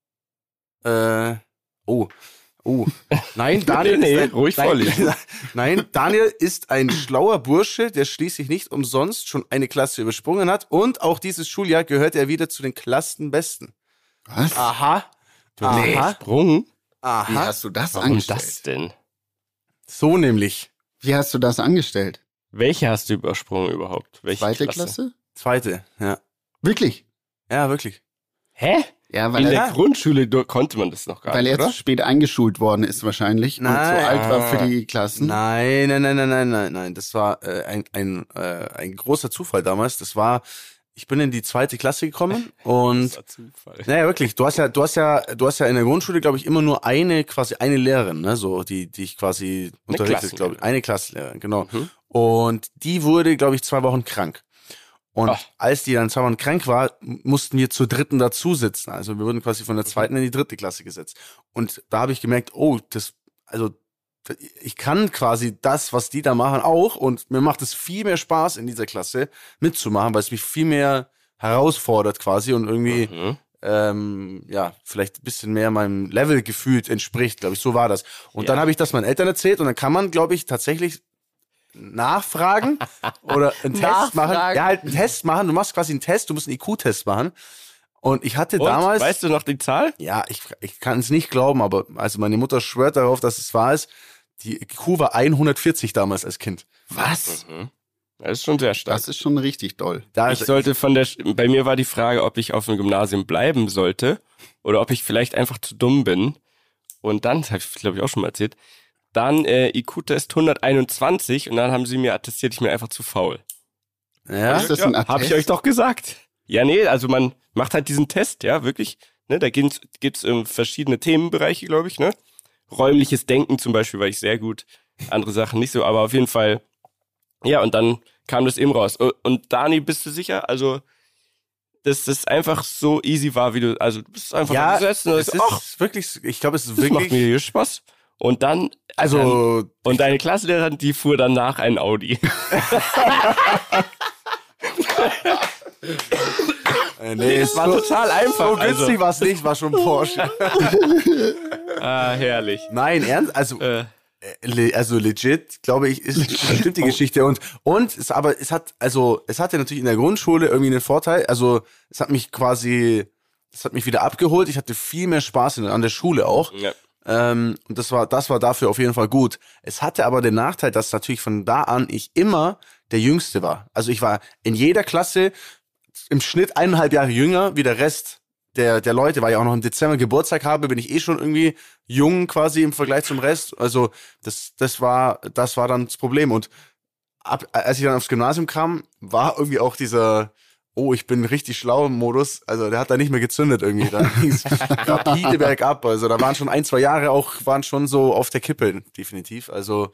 Äh, oh. Oh, nein, Daniel nee, nee, ist ein, ruhig nein, nein, Daniel ist ein schlauer Bursche, der schließlich nicht umsonst schon eine Klasse übersprungen hat und auch dieses Schuljahr gehört er wieder zu den Klassenbesten. Was? Aha. Du hast nee. Übersprungen? Aha. Wie hast du das Warum angestellt? das denn? So nämlich. Wie hast du das angestellt? Welche hast du übersprungen überhaupt? Welche Zweite Klasse? Klasse? Zweite, ja. Wirklich? Ja, wirklich. Hä? Ja, weil in er, der Grundschule konnte man das noch gar weil nicht, Weil er oder? zu spät eingeschult worden ist wahrscheinlich nein. und zu alt war für die Klassen. Nein, nein, nein, nein, nein, nein, nein. Das war äh, ein ein äh, ein großer Zufall damals. Das war, ich bin in die zweite Klasse gekommen und das war Zufall. Naja, wirklich. Du hast ja, du hast ja, du hast ja in der Grundschule, glaube ich, immer nur eine, quasi eine Lehrerin, ne, so die, die ich quasi unterrichtet, glaube ich, eine Klassenlehrerin, genau. Mhm. Und die wurde, glaube ich, zwei Wochen krank. Und Ach. als die dann zwei Wochen krank war, mussten wir zur dritten dazu sitzen. Also wir wurden quasi von der zweiten in die dritte Klasse gesetzt. Und da habe ich gemerkt, oh, das, also ich kann quasi das, was die da machen, auch. Und mir macht es viel mehr Spaß, in dieser Klasse mitzumachen, weil es mich viel mehr herausfordert quasi und irgendwie, mhm. ähm, ja, vielleicht ein bisschen mehr meinem Level gefühlt entspricht, glaube ich. So war das. Und ja. dann habe ich das meinen Eltern erzählt und dann kann man, glaube ich, tatsächlich nachfragen oder einen Test machen. Ja, halt einen Test machen. Du machst quasi einen Test, du musst einen I Q-Test machen. Und ich hatte Und, damals... weißt du noch die Zahl? Ja, ich, ich kann es nicht glauben, aber also meine Mutter schwört darauf, dass es wahr ist. Die I Q war hundertvierzig damals als Kind. Was? Mhm. Das ist schon sehr stark. Das ist schon richtig doll. Da ich sollte von der... Bei mir war die Frage, ob ich auf dem Gymnasium bleiben sollte oder ob ich vielleicht einfach zu dumm bin. Und dann, das habe ich glaube ich auch schon mal erzählt, dann äh, I Q-Test hunderteinundzwanzig und dann haben sie mir attestiert, ich bin einfach zu faul. Ja, ist das ein Attest? Hab ich euch doch gesagt. Ja, nee, also man macht halt diesen Test, ja, wirklich. Ne, da gibt's, gibt's ähm, verschiedene Themenbereiche, glaube ich, ne. Räumliches Denken zum Beispiel war ich sehr gut, andere Sachen nicht so, aber auf jeden Fall, ja, und dann kam das eben raus. Und Dani, bist du sicher? Also, dass das einfach so easy war, wie du, also du bist einfach ja, gesetzt und es ist ach, wirklich, ich glaube, es ist das wirklich... macht mir hier Spaß. Und dann, also, dann, und deine Klassenlehrerin, die fuhr danach ein Audi. Äh, nee, es war total einfach. So günstig also. war es nicht, war schon Porsche. Ah, herrlich. Nein, ernst, also... Äh. Also legit, glaube ich, ist stimmt die Geschichte und und es aber es hat also es hatte natürlich in der Grundschule irgendwie einen Vorteil, also es hat mich quasi es hat mich wieder abgeholt, ich hatte viel mehr Spaß in, an der Schule auch. Ja. Ähm, und das war das war dafür auf jeden Fall gut. Es hatte aber den Nachteil, dass natürlich von da an ich immer der Jüngste war. Also ich war in jeder Klasse im Schnitt eineinhalb Jahre jünger wie der Rest der der Leute, weil ich auch noch im Dezember Geburtstag habe, bin ich eh schon irgendwie jung quasi im Vergleich zum Rest. Also das das war das war dann das Problem. Und ab, als ich dann aufs Gymnasium kam, war irgendwie auch dieser oh, ich bin richtig schlau im Modus. Also der hat da nicht mehr gezündet irgendwie. Da ging's rapide bergab. Also da waren schon ein, zwei Jahre auch, waren schon so auf der Kippe, definitiv. Also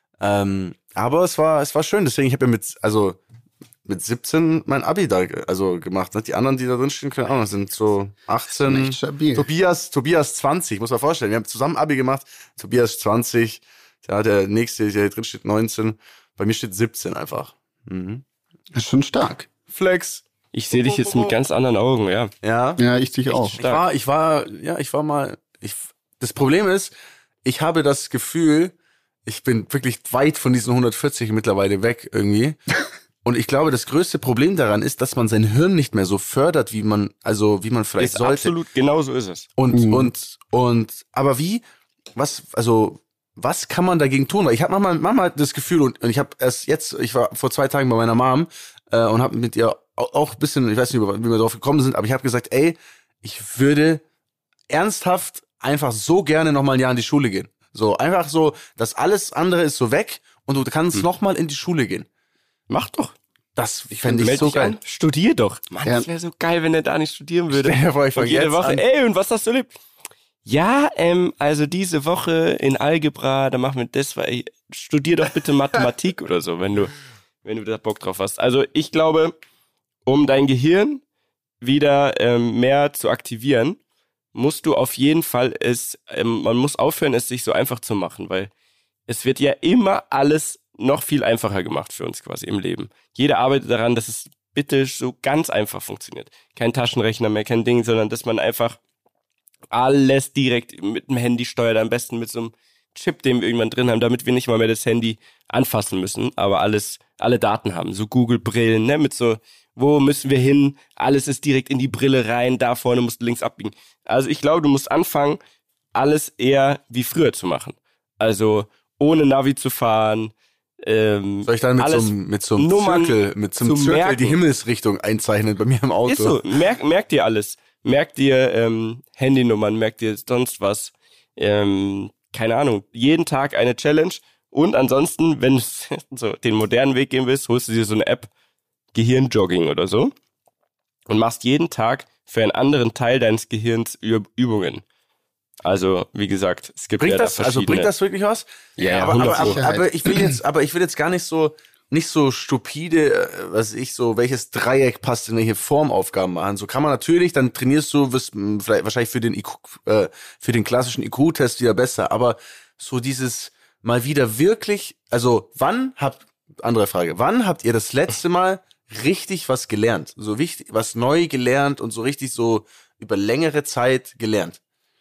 ähm, aber es war es war schön. Deswegen, ich habe ja mit, also mit siebzehn mein Abi da also gemacht. Die anderen, die da drin stehen, keine Ahnung, sind so achtzehn. Echt stabil. Tobias, Tobias zwanzig, muss man vorstellen. Wir haben zusammen Abi gemacht. Tobias zwanzig, ja, der nächste, der drin steht neunzehn. Bei mir steht siebzehn einfach. Mhm. Das ist schon stark. Flex. Ich sehe dich jetzt mit ganz anderen Augen, ja. Ja. Ja, ich dich auch. Ich war, ich war, ja, ich war mal, ich, das Problem ist, ich habe das Gefühl, ich bin wirklich weit von diesen hundertvierzig mittlerweile weg irgendwie. Und ich glaube, das größte Problem daran ist, dass man sein Hirn nicht mehr so fördert, wie man, also wie man vielleicht ist sollte. Absolut, genau so ist es. Und Mhm. und und aber wie? Was? Also was kann man dagegen tun? Weil ich habe manchmal, manchmal das Gefühl und, und ich habe erst jetzt, ich war vor zwei Tagen bei meiner Mom äh, und habe mit ihr auch, auch ein bisschen, ich weiß nicht, wie wir drauf gekommen sind, aber ich habe gesagt, ey, ich würde ernsthaft einfach so gerne noch mal ein Jahr in die Schule gehen. So einfach so, dass alles andere ist so weg und du kannst hm. noch mal in die Schule gehen. Mach doch. Das fände ich so geil. An. Studier doch. Mann, Ja. das wäre so geil, wenn er da nicht studieren würde. Stell dir vor, ich fang und jede jetzt Woche, an. ey, und was hast du erlebt? Ja, ähm, also diese Woche in Algebra, da machen wir das, weil ich, studier doch bitte Mathematik oder so, wenn du, wenn du da Bock drauf hast. Also ich glaube, um dein Gehirn wieder ähm, mehr zu aktivieren, musst du auf jeden Fall es, ähm, man muss aufhören, es sich so einfach zu machen, weil es wird ja immer alles noch viel einfacher gemacht für uns quasi im Leben. Jeder arbeitet daran, dass es bitte so ganz einfach funktioniert. Kein Taschenrechner mehr, kein Ding, sondern dass man einfach alles direkt mit dem Handy steuert, am besten mit so einem Chip, den wir irgendwann drin haben, damit wir nicht mal mehr das Handy anfassen müssen, aber alles, alle Daten haben, so Google-Brillen, ne, mit so, wo müssen wir hin, alles ist direkt in die Brille rein, da vorne musst du links abbiegen. Also ich glaube, du musst anfangen, alles eher wie früher zu machen. Also ohne Navi zu fahren, ähm, Soll ich dann mit so, einem, mit so einem Nummern Zirkel, mit so einem Zirkel merken. die Himmelsrichtung einzeichnen bei mir im Auto? Ist so, merk, merk dir alles. Merk dir ähm, Handynummern, merk dir sonst was. Ähm, keine Ahnung, jeden Tag eine Challenge. Und ansonsten, wenn du so den modernen Weg gehen willst, holst du dir so eine App, Gehirnjogging oder so, und machst jeden Tag für einen anderen Teil deines Gehirns Übungen. Also, wie gesagt, es gibt bringt ja das, da also verschiedene. bringt das wirklich was? Ja, aber, aber, aber, Sicherheit. aber ich will jetzt, aber ich will jetzt gar nicht so, nicht so stupide, äh, was ich so, welches Dreieck passt in welche Formaufgaben machen. So kann man natürlich, dann trainierst du, wirst mh, vielleicht wahrscheinlich für den I Q, äh, für den klassischen I Q-Test wieder besser. Aber so dieses mal wieder wirklich, also wann habt, andere Frage, wann habt ihr das letzte Mal richtig was gelernt? So wichtig, was neu gelernt und so richtig so über längere Zeit gelernt?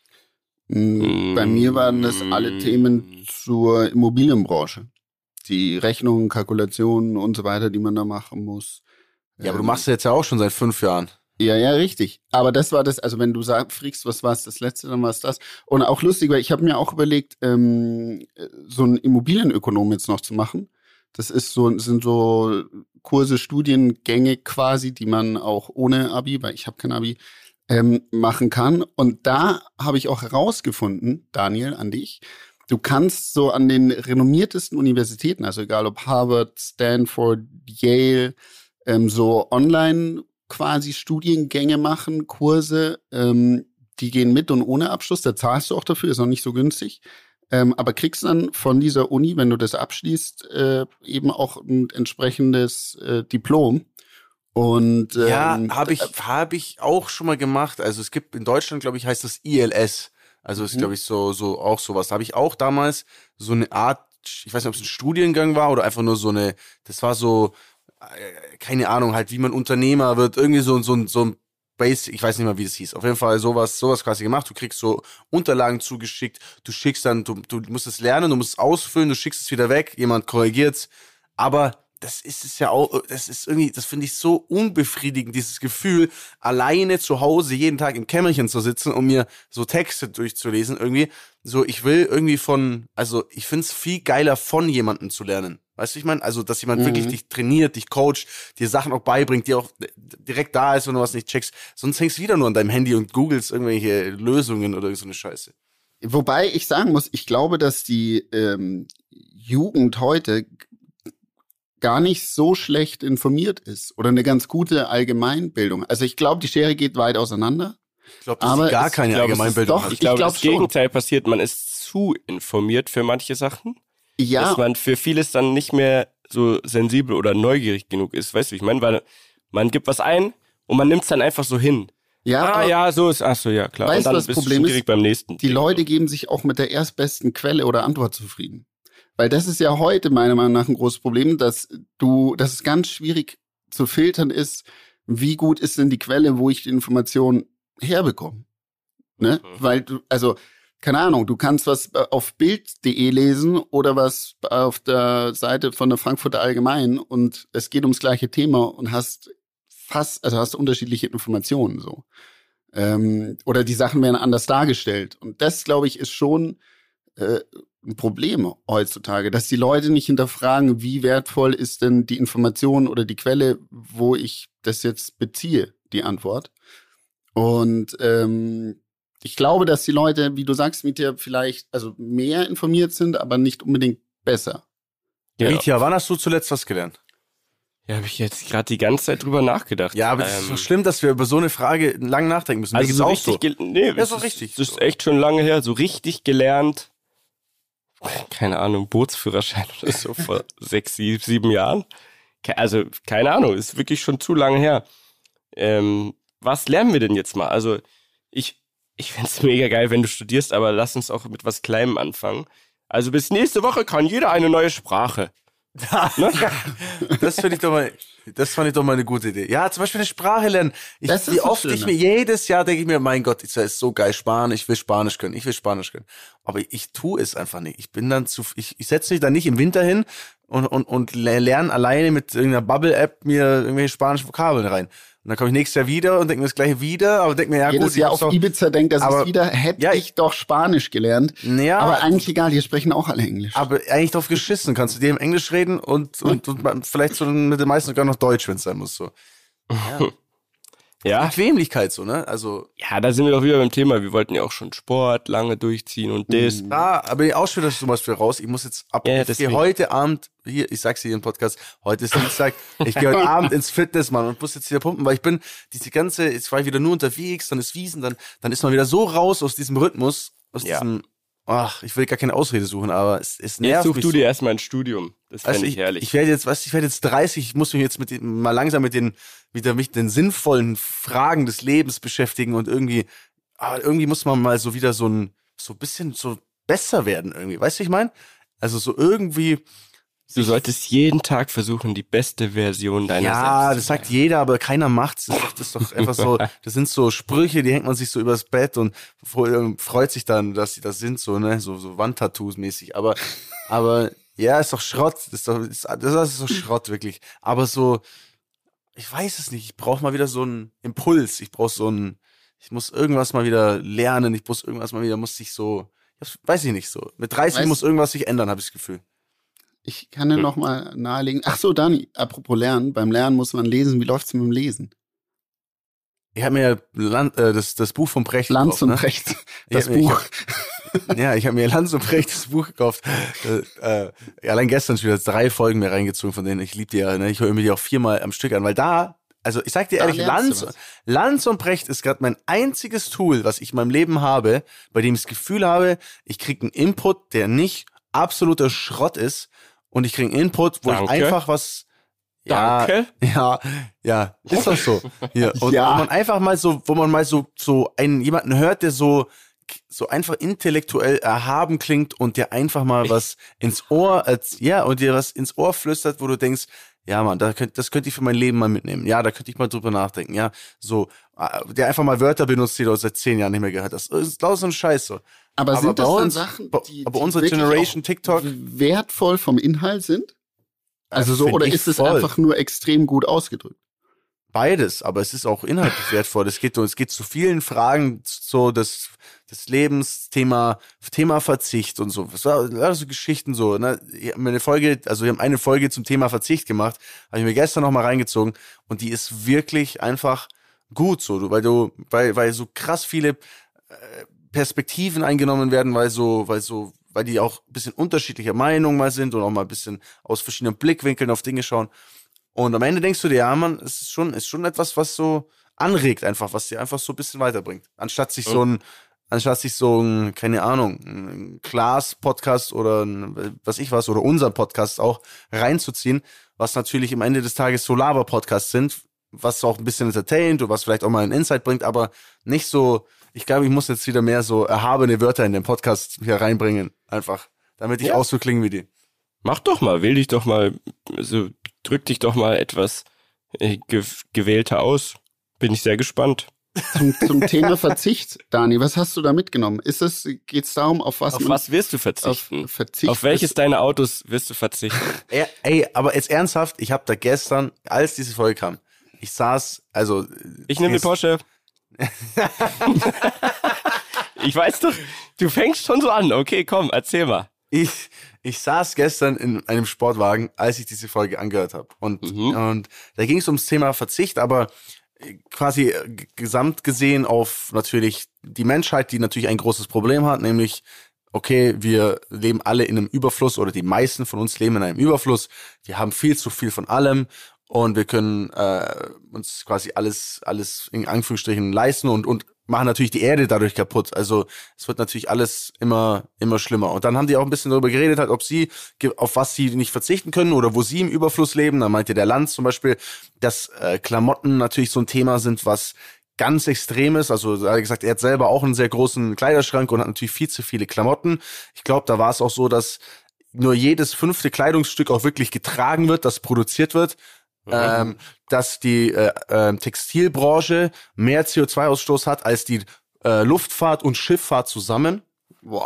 Bei mir waren das alle Themen zur Immobilienbranche. Die Rechnungen, Kalkulationen und so weiter, die man da machen muss. Ja, aber du machst das jetzt ja auch schon seit fünf Jahren. Ja, ja, richtig. Aber das war das, also wenn du sag, fragst, was war es das letzte, dann war es das. Und auch lustig, weil ich habe mir auch überlegt, ähm, so einen Immobilienökonom jetzt noch zu machen. Das ist so, sind so Kurse, Studiengänge quasi, die man auch ohne Abi, weil ich habe kein Abi, ähm, machen kann. Und da habe ich auch herausgefunden, Daniel, an dich, du kannst so an den renommiertesten Universitäten, also egal ob Harvard, Stanford, Yale, ähm, so online quasi Studiengänge machen, Kurse, ähm, die gehen mit und ohne Abschluss, da zahlst du auch dafür, ist auch nicht so günstig. Ähm, aber kriegst dann von dieser Uni, wenn du das abschließt, äh, eben auch ein entsprechendes äh, Diplom. Und ähm, ja, habe ich habe ich auch schon mal gemacht. Also es gibt in Deutschland, glaube ich, heißt das I L S. Also ist, Mhm. glaube ich, so so auch sowas. Da habe ich auch damals so eine Art, ich weiß nicht, ob es ein Studiengang war oder einfach nur so eine, das war so, äh, keine Ahnung, halt, wie man Unternehmer wird. Irgendwie so, so, so ein Basic, ich weiß nicht mal, wie das hieß. Auf jeden Fall sowas, sowas quasi gemacht. Du kriegst so Unterlagen zugeschickt, du schickst dann, du, du musst es lernen, du musst es ausfüllen, du schickst es wieder weg, jemand korrigiert's. Aber das ist es ja auch, das ist irgendwie, das finde ich so unbefriedigend, dieses Gefühl, alleine zu Hause jeden Tag im Kämmerchen zu sitzen und mir so Texte durchzulesen irgendwie. So, ich will irgendwie von, also ich finde es viel geiler, von jemandem zu lernen. Weißt du, ich meine? Also, dass jemand mhm. wirklich dich trainiert, dich coacht, dir Sachen auch beibringt, dir auch direkt da ist, wenn du was nicht checkst. Sonst hängst du wieder nur an deinem Handy und googelst irgendwelche Lösungen oder so eine Scheiße. Wobei ich sagen muss, ich glaube, dass die ähm, Jugend heute gar nicht so schlecht informiert ist oder eine ganz gute Allgemeinbildung. Also ich glaube, die Schere geht weit auseinander. Ich glaube, dass sie gar es, keine ich glaub, Allgemeinbildung doch, hat. Ich glaube, glaub das schon. Gegenteil passiert. Man ist zu informiert für manche Sachen. Ja. Dass man für vieles dann nicht mehr so sensibel oder neugierig genug ist. Weißt du, ich meine, weil man gibt was ein und man nimmt es dann einfach so hin. Ja, ah ja, so ist, ach so, ja, klar. Weißt, und dann was bist Problem du schon direkt ist? beim nächsten. Die Leute geben sich auch mit der erstbesten Quelle oder Antwort zufrieden. Weil das ist ja heute meiner Meinung nach ein großes Problem, dass du, dass es ganz schwierig zu filtern ist, wie gut ist denn die Quelle, wo ich die Information herbekomme. Ne? Mhm. Weil du, also, keine Ahnung, du kannst was auf bild punkt de lesen oder was auf der Seite von der Frankfurter Allgemeinen und es geht ums gleiche Thema und hast fast, also hast unterschiedliche Informationen so. Ähm, oder die Sachen werden anders dargestellt. Und das, glaube ich, ist schon äh, ein Problem heutzutage, dass die Leute nicht hinterfragen, wie wertvoll ist denn die Information oder die Quelle, wo ich das jetzt beziehe, die Antwort. Und ähm, ich glaube, dass die Leute, wie du sagst, mit dir vielleicht also mehr informiert sind, aber nicht unbedingt besser. Ja. Mietja, wann hast du zuletzt was gelernt? Ja, habe ich jetzt gerade die ganze Zeit drüber nachgedacht. Ja, aber es ähm, ist so schlimm, dass wir über so eine Frage lang nachdenken müssen. Also so richtig, so. Ge- nee, ja, das ist richtig. Das ist echt schon lange her, so richtig gelernt. Keine Ahnung, Bootsführerschein oder so vor sechs, sieben Jahren. Also, keine Ahnung, ist wirklich schon zu lange her. Ähm, was lernen wir denn jetzt mal? Also, ich, ich find's mega geil, wenn du studierst, aber lass uns auch mit was Kleinem anfangen. Also, bis nächste Woche kann jeder eine neue Sprache. Ne? Das finde ich doch mal, das fand ich doch mal eine gute Idee. Ja, zum Beispiel eine Sprache lernen. Ich, wie oft ich mir jedes Jahr denke ich mir, mein Gott, das ist so geil, Spanisch, ich will Spanisch können, ich will Spanisch können. Aber ich, ich tue es einfach nicht. Ich bin dann zu, ich, ich setze mich dann nicht im Winter hin und, und, und lerne alleine mit irgendeiner Bubble-App mir irgendwelche spanischen Vokabeln rein. Und dann komme ich nächstes Jahr wieder und denke mir das gleiche wieder, aber denke mir, ja Jedes gut. Jahr auf doch, Ibiza denkt, dass es wieder, hätte ja, ich doch Spanisch gelernt. Ja, aber eigentlich egal, hier sprechen auch alle Englisch. Aber eigentlich drauf geschissen, kannst du dir im Englisch reden und, und, und vielleicht so mit den meisten sogar noch Deutsch, wenn es sein muss. So. Ja. Ja. Bequemlichkeit so, ne? Also. Ja, da sind wir doch wieder beim Thema. Wir wollten ja auch schon Sport lange durchziehen und das. Ja, aber die Ausschnitt zum Beispiel raus. Ich muss jetzt ab, ja, ich gehe heute Abend, hier, ich sag's hier im Podcast, heute ist Dienstag, ich gehe heute Abend ins Fitness, Mann, und muss jetzt wieder pumpen, weil ich bin, diese ganze, jetzt war ich wieder nur unterwegs, dann ist Wiesen, dann, dann ist man wieder so raus aus diesem Rhythmus, aus ja. diesem, ach, ich will gar keine Ausrede suchen, aber es, es nervt jetzt such mich du so. dir erstmal ein Studium. Das fände ich herrlich. Ich werde jetzt, was, ich werde jetzt dreißig, ich muss mich jetzt mit den, mal langsam mit den, wieder mich den sinnvollen Fragen des Lebens beschäftigen und irgendwie, aber irgendwie muss man mal so wieder so ein, so ein bisschen so besser werden irgendwie. Weißt du, ich meine? Also so irgendwie. Du solltest jeden Tag versuchen, die beste Version deiner ja, selbst zu sein. Ja, das sagt jeder, aber keiner macht's. Das ist doch, das ist doch einfach so, das sind so Sprüche, die hängt man sich so übers Bett und freut sich dann, dass sie das sind, so, ne, so, so Wandtattoos mäßig. Aber, aber, ja, ist doch Schrott. Das ist doch, ist, das ist doch Schrott, wirklich. Aber so, ich weiß es nicht. Ich brauche mal wieder so einen Impuls. Ich brauche so einen, ich muss irgendwas mal wieder lernen. Ich muss irgendwas mal wieder, muss ich so, weiß ich nicht so. Mit dreißig weißt, muss irgendwas sich ändern, habe ich das Gefühl. Ich kann dir hm. noch mal nahelegen. Ach so, Dani, apropos Lernen. Beim Lernen muss man lesen. Wie läuft's mit dem Lesen? Ich habe mir Land, äh, das, das Buch von Precht Lanz gekauft. und ne? Precht, das ich Buch. Hab, ja, ich habe mir Lanz und Precht das Buch gekauft. Äh, äh, allein gestern schon wieder drei Folgen mehr reingezogen, von denen ich liebe die ja. Ne? Ich höre mir die auch viermal am Stück an, weil da, also ich sag dir ehrlich, Lanz, Lanz und Precht ist gerade mein einziges Tool, was ich in meinem Leben habe, bei dem ich das Gefühl habe, ich kriege einen Input, der nicht absoluter Schrott ist und ich kriege einen Input, wo Danke. ich einfach was Ja, Danke. Ja, ja, ist doch so. Hier. Und ja. wo man einfach mal so, wo man mal so, so einen, jemanden hört, der so, so einfach intellektuell erhaben klingt und dir einfach mal was ins Ohr, als, ja, und dir was ins Ohr flüstert, wo du denkst, Ja, Mann, da könnt, das könnte ich für mein Leben mal mitnehmen. Ja, da könnte ich mal drüber nachdenken. Ja, so, der einfach mal Wörter benutzt, die du seit zehn Jahren nicht mehr gehört hast. Das ist lauter so ein Scheiß so. Aber, aber sind das uns, dann Sachen, die, aber die unsere Generation TikTok wertvoll vom Inhalt sind? Also so, oder ist es voll. einfach nur extrem gut ausgedrückt? Beides, aber es ist auch inhaltlich wertvoll. Es geht, es geht zu vielen Fragen so des, des Lebens, Thema, Thema Verzicht und so. Das war so Geschichten so. Ne? Eine Folge, also wir haben eine Folge zum Thema Verzicht gemacht, habe ich mir gestern noch mal reingezogen und die ist wirklich einfach gut so, weil du, weil, weil so krass viele Perspektiven eingenommen werden, weil so, weil so, weil die auch ein bisschen unterschiedlicher Meinung mal sind und auch mal ein bisschen aus verschiedenen Blickwinkeln auf Dinge schauen. Und am Ende denkst du dir, ja, Mann, es ist schon, ist schon etwas, was so anregt einfach, was dir einfach so ein bisschen weiterbringt. Anstatt sich so ein, anstatt sich so ein, keine Ahnung, ein Klaas-Podcast oder ein, was ich was, oder unser Podcast auch reinzuziehen, was natürlich am Ende des Tages so Laber-Podcasts sind, was auch ein bisschen entertaint und was vielleicht auch mal einen Insight bringt, aber nicht so, ich glaube, ich muss jetzt wieder mehr so erhabene Wörter in den Podcast hier reinbringen, einfach, damit ich ja. auch so klinge wie die. Mach doch mal, wähl dich doch mal, so drück dich doch mal etwas äh, ge- gewählter aus. Bin ich sehr gespannt. Zum, zum Thema Verzicht, Dani, was hast du da mitgenommen? Ist es, geht's darum, auf was Auf man, was wirst du verzichten? Auf, Verzicht auf welches deiner Autos wirst du verzichten? ey, ey, aber jetzt ernsthaft, ich habe da gestern, als diese Folge kam, ich saß, also... Ich nehme den Porsche. Ich weiß doch, du fängst schon so an. Okay, komm, erzähl mal. Ich, ich saß gestern in einem Sportwagen, als ich diese Folge angehört habe. Und, mhm. und da ging es ums Thema Verzicht, aber quasi gesamt gesehen auf natürlich die Menschheit, die natürlich ein großes Problem hat, nämlich, okay, wir leben alle in einem Überfluss oder die meisten von uns leben in einem Überfluss. Wir haben viel zu viel von allem und wir können äh, uns quasi alles, alles in Anführungsstrichen leisten und, und machen natürlich die Erde dadurch kaputt. Also es wird natürlich alles immer immer schlimmer. Und dann haben die auch ein bisschen darüber geredet, halt, ob sie, auf was sie nicht verzichten können oder wo sie im Überfluss leben. Da meinte der Lanz zum Beispiel, dass äh, Klamotten natürlich so ein Thema sind, was ganz extrem ist. Also er hat gesagt, er hat selber auch einen sehr großen Kleiderschrank und hat natürlich viel zu viele Klamotten. Ich glaube, da war es auch so, dass nur jedes fünfte Kleidungsstück auch wirklich getragen wird, das produziert wird. Mhm. Ähm, dass die äh, äh, Textilbranche mehr C O zwei Ausstoß hat als die äh, Luftfahrt und Schifffahrt zusammen. Boah.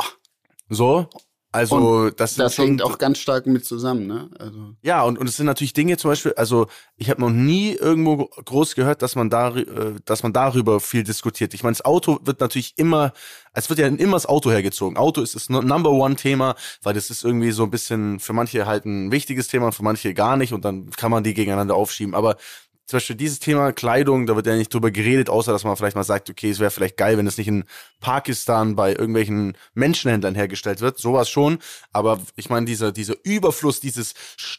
So. Also und das, das schon, hängt auch ganz stark mit zusammen, ne? Also ja, und und es sind natürlich Dinge, zum Beispiel, also ich habe noch nie irgendwo groß gehört, dass man da, äh, dass man darüber viel diskutiert. Ich meine, das Auto wird natürlich immer, es wird ja immer das Auto hergezogen. Auto ist das Number One Thema, weil das ist irgendwie so ein bisschen für manche halt ein wichtiges Thema, für manche gar nicht und dann kann man die gegeneinander aufschieben. Aber zum Beispiel dieses Thema Kleidung, da wird ja nicht drüber geredet, außer dass man vielleicht mal sagt, okay, es wäre vielleicht geil, wenn es nicht in Pakistan bei irgendwelchen Menschenhändlern hergestellt wird. Sowas schon. Aber ich meine, dieser, dieser Überfluss, dieses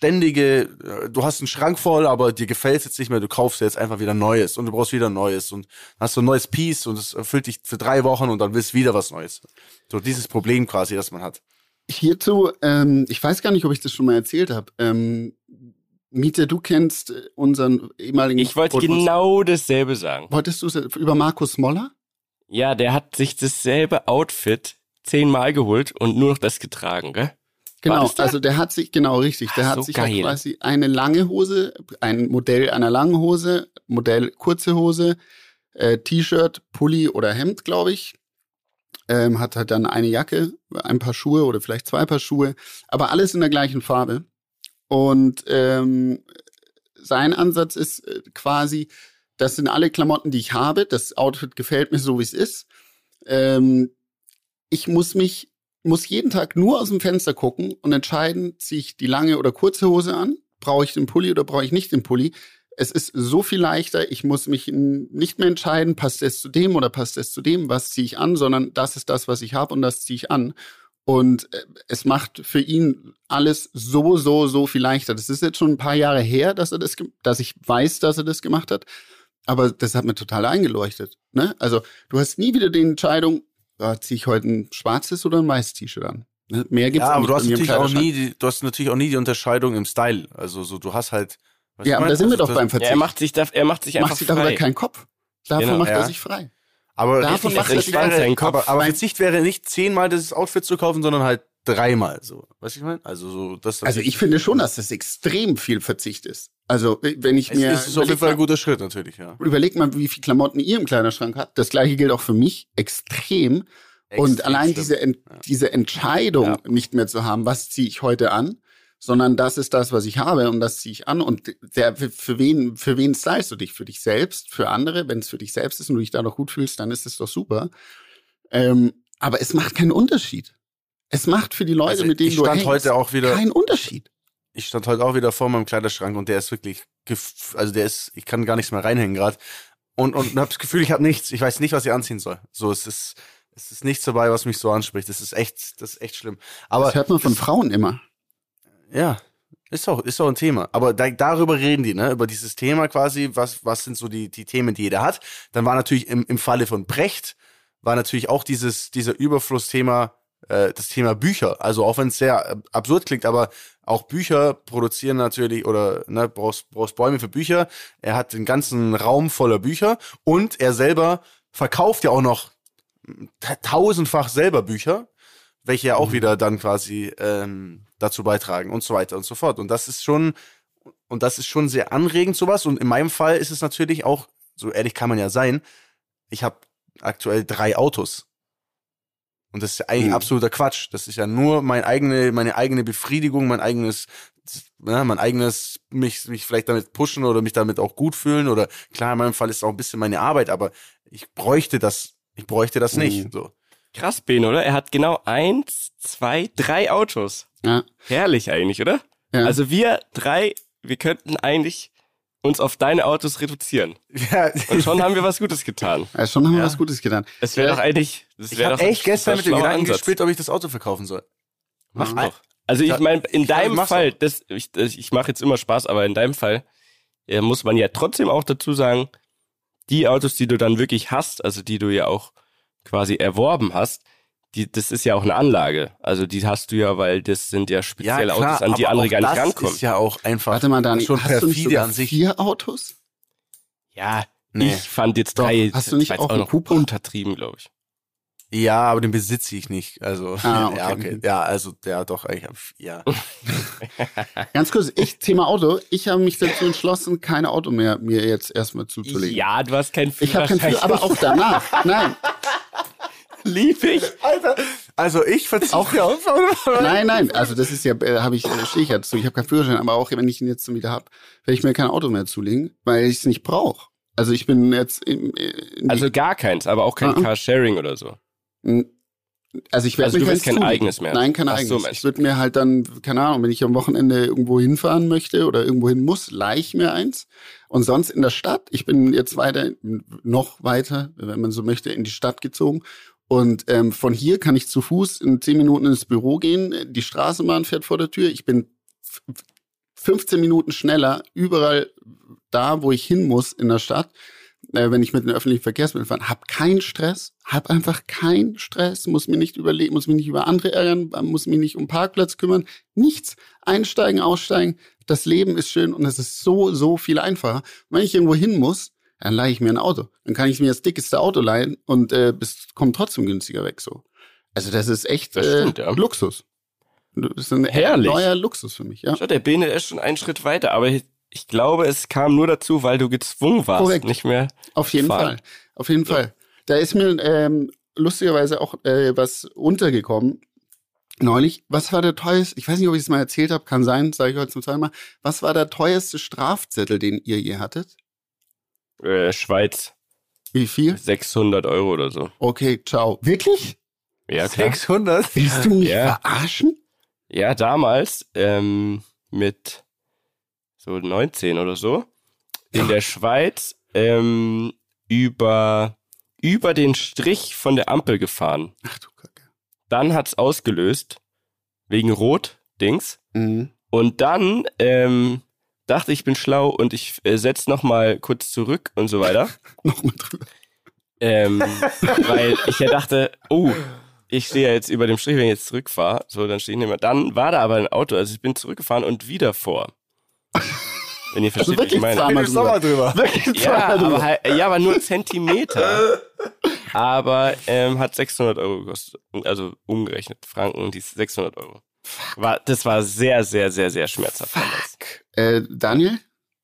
ständige, du hast einen Schrank voll, aber dir gefällt es jetzt nicht mehr, du kaufst jetzt einfach wieder Neues und du brauchst wieder Neues und hast so ein neues Piece und es erfüllt dich für drei Wochen und dann willst du wieder was Neues. So dieses Problem quasi, das man hat. Hierzu, ähm, ich weiß gar nicht, ob ich das schon mal erzählt habe, ähm, Miete, du kennst unseren ehemaligen... Ich wollte genau dasselbe sagen. Wolltest du über Markus Moller? Ja, der hat sich dasselbe Outfit zehnmal geholt und nur noch das getragen, gell? Genau, der? also der hat sich, genau richtig, der Ach, hat so sich geil. quasi eine lange Hose, ein Modell einer langen Hose, Modell kurze Hose, äh, T-Shirt, Pulli oder Hemd, glaube ich. Ähm, hat halt dann eine Jacke, ein paar Schuhe oder vielleicht zwei Paar Schuhe, aber alles in der gleichen Farbe. Und ähm, sein Ansatz ist äh, quasi, das sind alle Klamotten, die ich habe. Das Outfit gefällt mir so, wie es ist. Ähm, ich muss mich, muss jeden Tag nur aus dem Fenster gucken und entscheiden, ziehe ich die lange oder kurze Hose an? Brauche ich den Pulli oder brauche ich nicht den Pulli? Es ist so viel leichter. Ich muss mich nicht mehr entscheiden, passt es zu dem oder passt es zu dem, was ziehe ich an, sondern das ist das, was ich habe und das ziehe ich an. Und es macht für ihn alles so, so, so viel leichter. Das ist jetzt schon ein paar Jahre her, dass er das, dass ich weiß, dass er das gemacht hat. Aber das hat mir total eingeleuchtet. Ne? Also du hast nie wieder die Entscheidung, oh, ziehe ich heute ein schwarzes oder ein weißes T-Shirt an. Ne? Mehr gibt's ja, aber nicht du hast natürlich auch nie, die, du hast natürlich auch nie die Unterscheidung im Style. Also so, du hast halt. Ja, aber da sind wir doch beim Verzicht. Ja, er macht sich, da, er macht sich einfach macht sich frei. darüber keinen Kopf. Davon genau, macht ja. er sich frei. Aber davon richtig, macht er sich wäre, seinen Kopf. Aber, aber Verzicht wäre nicht zehnmal das Outfit zu kaufen, sondern halt dreimal so. Weißt du, ich meine? Also so, das. Also ich finde schon, dass das extrem viel Verzicht ist. Also wenn ich mir... Es ist auf jeden Fall ein guter Schritt natürlich, ja. Überleg mal, wie viel Klamotten ihr im Kleiderschrank habt. Das gleiche gilt auch für mich. Extrem. Extrem und allein diese, Ent- ja. diese Entscheidung ja. nicht mehr zu haben, was ziehe ich heute an, sondern das ist das, was ich habe und das ziehe ich an. Und der, für wen, für wen stylst du dich? Für dich selbst, für andere? Wenn es für dich selbst ist und du dich da noch gut fühlst, dann ist es doch super. Ähm, aber es macht keinen Unterschied. Es macht für die Leute, also mit denen du hängst, heute auch wieder, keinen Unterschied. Ich stand heute auch wieder vor meinem Kleiderschrank und der ist wirklich, gef- also der ist, ich kann gar nichts mehr reinhängen gerade. Und, und habe das Gefühl, ich habe nichts, ich weiß nicht, was ich anziehen soll. So, es ist... Es ist nichts dabei, was mich so anspricht. Das ist echt, das ist echt schlimm. Aber das hört man von das, Frauen immer. Ja, ist auch, ist auch ein Thema. Aber da, darüber reden die, ne? Über dieses Thema quasi, was, was sind so die, die Themen, die jeder hat. Dann war natürlich im, im Falle von Brecht, war natürlich auch dieses, dieser Überflussthema, äh, das Thema Bücher. Also auch wenn es sehr absurd klingt, aber auch Bücher produzieren natürlich, oder, ne, brauchst, brauchst Bäume für Bücher. Er hat den ganzen Raum voller Bücher und er selber verkauft ja auch noch tausendfach selber Bücher, welche ja auch mhm. wieder dann quasi ähm, dazu beitragen und so weiter und so fort. Und das ist schon, und das ist schon sehr anregend, sowas. Und in meinem Fall ist es natürlich auch, so ehrlich kann man ja sein, ich habe aktuell drei Autos. Und das ist ja eigentlich mhm. absoluter Quatsch. Das ist ja nur mein eigene, meine eigene Befriedigung, mein eigenes, ja, mein eigenes, mich, mich vielleicht damit pushen oder mich damit auch gut fühlen. Oder klar, in meinem Fall ist es auch ein bisschen meine Arbeit, aber ich bräuchte das Ich bräuchte das nicht. Mhm. So. Krass, Ben, oder? Er hat genau eins, zwei, drei Autos. Ja. Herrlich eigentlich, oder? Ja. Also wir drei, wir könnten eigentlich uns auf deine Autos reduzieren. Ja. Und schon haben wir was Gutes getan. Ja, schon haben wir ja. was Gutes getan. Es wäre ja. doch eigentlich... Das ich habe echt gestern mit dem Gedanken gespielt, ob ich das Auto verkaufen soll. Mach ja. doch. Also ich meine, in ich deinem Fall, das, ich, ich mache jetzt immer Spaß, aber in deinem Fall äh, muss man ja trotzdem auch dazu sagen, die Autos, die du dann wirklich hast, also die du ja auch quasi erworben hast, die, das ist ja auch eine Anlage. Also die hast du ja, weil das sind ja spezielle ja, klar, Autos, an die andere gar nicht rankommen. Das ist ja auch einfach Warte mal, Dani, schon hast du nicht perfide an sich. Vier Autos? Ja, nee. Ich fand jetzt drei, Doch, hast du nicht auch, auch einen noch Cooper? Untertrieben, glaube ich. Ja, aber den besitze ich nicht. Also ah, okay. ja, okay. Ja, also ja, doch, ich hab, ja. Ganz kurz, ich Thema Auto. Ich habe mich dazu entschlossen, kein Auto mehr mir jetzt erstmal zuzulegen. Ja, du hast kein Führerschein. Ich habe kein Führerschein, aber auch danach. Nein. Lieb ich. Alter. Also ich verzichte auch auf. Nein, nein. Also das ist ja, äh, habe ich äh, stehe ich ja dazu. Ich habe keinen Führerschein, aber auch wenn ich ihn jetzt wieder habe, werde ich mir kein Auto mehr zulegen, weil ich es nicht brauche. Also ich bin jetzt in, in also gar keins, aber auch kein uh-uh. Carsharing oder so. Also ich werde also mir du willst kein zulegen. Eigenes mehr. Nein, kein Ach eigenes. So, ich würde mir halt dann, keine Ahnung, wenn ich am Wochenende irgendwo hinfahren möchte oder irgendwo hin muss, leih ich mir eins. Und sonst in der Stadt. Ich bin jetzt weiter, noch weiter, wenn man so möchte, in die Stadt gezogen. Und ähm, von hier kann ich zu Fuß in zehn Minuten ins Büro gehen. Die Straßenbahn fährt vor der Tür. Ich bin fünfzehn Minuten schneller überall da, wo ich hin muss in der Stadt, äh, wenn ich mit den öffentlichen Verkehrsmitteln fahre. Hab keinen Stress, hab einfach keinen Stress, muss mir nicht überlegen, muss mich nicht über andere ärgern, muss mich nicht um Parkplatz kümmern. Nichts. Einsteigen, aussteigen. Das Leben ist schön und es ist so, so viel einfacher. Und wenn ich irgendwo hin muss, dann leihe ich mir ein Auto. Dann kann ich mir das dickeste Auto leihen und äh, bis kommt trotzdem günstiger weg so. Also das ist echt das stimmt, äh, ja. Luxus. Das ist ein Herrlich. neuer Luxus für mich. Ja. Schau, der Bene ist schon einen Schritt weiter, aber ich, ich glaube, es kam nur dazu, weil du gezwungen warst, Korrekt. nicht mehr Auf jeden fahren. Fall. Auf jeden ja. Fall. Da ist mir ähm, lustigerweise auch äh, was untergekommen. Neulich, was war der teuerste, ich weiß nicht, ob ich es mal erzählt habe, kann sein, sage ich heute zum zweiten Mal. Was war der teuerste Strafzettel, den ihr je hattet? Äh, Schweiz. Wie viel? sechshundert Euro oder so. Okay, ciao. Wirklich? Ja, klar. sechshundert? Willst du mich ja. verarschen? Ja, damals ähm, mit so neunzehn oder so in ja. der Schweiz ähm, über, über den Strich von der Ampel gefahren. Ach du Kacke. Dann hat's ausgelöst, wegen Rot-Dings. Mhm. Und dann ähm, dachte ich, bin schlau und ich äh, setz noch mal kurz zurück und so weiter. Nochmal drüber. Ähm, weil ich ja dachte, oh, ich stehe ja jetzt über dem Strich, wenn ich jetzt zurückfahre. So, dann stehe ich nicht mehr. Dann war da aber ein Auto, also ich bin zurückgefahren und wieder vor. Wenn ihr versteht, also was ich meine. Zweimal drüber. drüber. Wirklich ja, aber halt, ja, aber nur Zentimeter. aber ähm, hat sechshundert Euro gekostet. Also umgerechnet, Franken, die sechshundert Euro. War, das war sehr, sehr, sehr, sehr schmerzhaft. Äh, Daniel?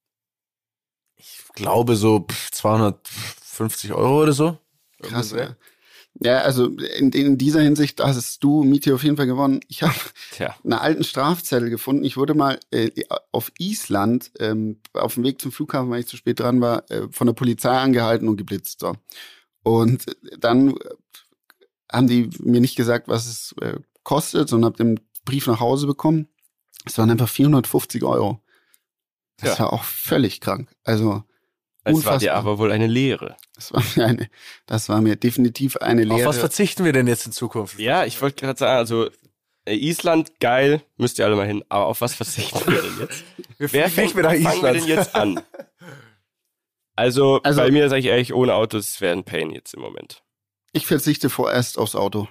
Ich glaube so zweihundertfünfzig Euro oder so. Krass, ja. Ja, also in, in dieser Hinsicht hast du, Mieti, auf jeden Fall gewonnen. Ich habe einen alten Strafzettel gefunden. Ich wurde mal äh, auf Island ähm, auf dem Weg zum Flughafen, weil ich zu spät dran war, äh, von der Polizei angehalten und geblitzt. So. Und dann haben die mir nicht gesagt, was es äh, kostet, sondern habe den Brief nach Hause bekommen. Es waren einfach vierhundertfünfzig Euro. Das ja. war auch völlig krank. Also Es unfassbar. War dir aber wohl eine Lehre. Das war mir eine, das war mir definitiv eine Lehre. Auf was verzichten wir denn jetzt in Zukunft? Ja, ich wollte gerade sagen, also Island, geil, müsst ihr alle mal hin. Aber auf was verzichten wir denn jetzt? Wir Wer fängt mit nach Island? Fangen wir denn jetzt an? Also, also bei mir sage ich ehrlich, ohne Autos wäre ein Pain jetzt im Moment. Ich verzichte vorerst aufs Auto.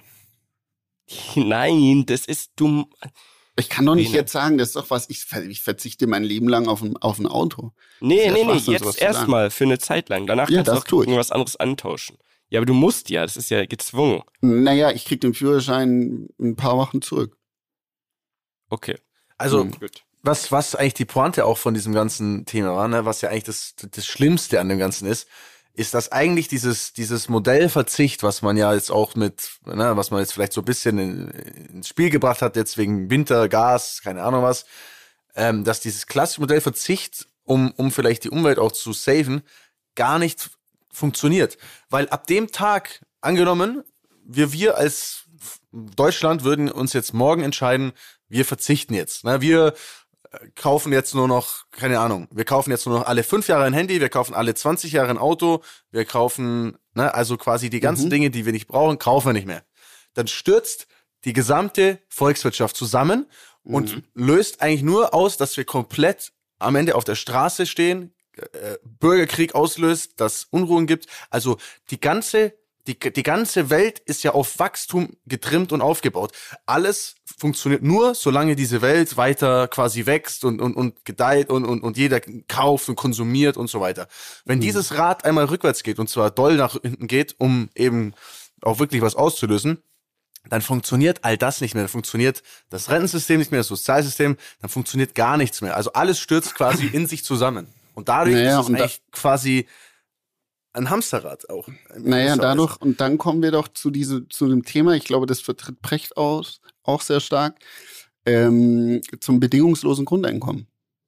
Nein, das ist dumm. Ich kann doch nicht Bene. jetzt sagen, das ist doch was, ich, ich verzichte mein Leben lang auf ein, auf ein Auto. Nee, nee, nee, jetzt erstmal für eine Zeit lang. Danach ja, kannst du auch irgendwas anderes antauschen. Ja, aber du musst ja, das ist ja gezwungen. Naja, ich krieg den Führerschein ein paar Wochen zurück. Okay. Also, mhm. was, was eigentlich die Pointe auch von diesem ganzen Thema war, ne, was ja eigentlich das, das Schlimmste an dem Ganzen ist, ist, dass eigentlich dieses, dieses Modellverzicht, was man ja jetzt auch mit, ne, was man jetzt vielleicht so ein bisschen in, ins Spiel gebracht hat, jetzt wegen Winter, Gas, keine Ahnung was, ähm, dass dieses klassische Modellverzicht, um, um vielleicht die Umwelt auch zu saven, gar nicht funktioniert. Weil ab dem Tag, angenommen, wir, wir als Deutschland würden uns jetzt morgen entscheiden, wir verzichten jetzt. Ne? Wir kaufen jetzt nur noch, keine Ahnung, wir kaufen jetzt nur noch alle fünf Jahre ein Handy, wir kaufen alle zwanzig Jahre ein Auto, wir kaufen, ne, also quasi die ganzen mhm. Dinge, die wir nicht brauchen, kaufen wir nicht mehr. Dann stürzt die gesamte Volkswirtschaft zusammen mhm. und löst eigentlich nur aus, dass wir komplett am Ende auf der Straße stehen, äh, Bürgerkrieg auslöst, dass Unruhen gibt. Also die ganze Die, die ganze Welt ist ja auf Wachstum getrimmt und aufgebaut. Alles funktioniert nur, solange diese Welt weiter quasi wächst und, und, und gedeiht und, und, und jeder kauft und konsumiert und so weiter. Wenn mhm. dieses Rad einmal rückwärts geht und zwar doll nach hinten geht, um eben auch wirklich was auszulösen, dann funktioniert all das nicht mehr. Dann funktioniert das Rentensystem nicht mehr, das Sozialsystem, dann funktioniert gar nichts mehr. Also alles stürzt quasi in sich zusammen. Und dadurch naja, ist es eigentlich da- quasi ein Hamsterrad auch. Naja, dadurch, und dann kommen wir doch zu diese, zu dem Thema, ich glaube, das vertritt Precht aus, auch sehr stark, ähm, zum bedingungslosen Grundeinkommen.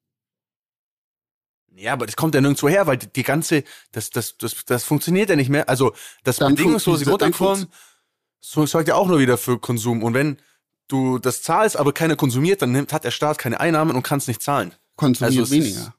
Ja, aber das kommt ja nirgendwo her, weil die, die ganze, das, das, das, das funktioniert ja nicht mehr. Also, das dann bedingungslose Grundeinkommen sorgt ja auch nur wieder für Konsum. Und wenn du das zahlst, aber keiner konsumiert, dann nimmt, hat der Staat keine Einnahmen und kann es nicht zahlen. Konsumiert also weniger. Ist,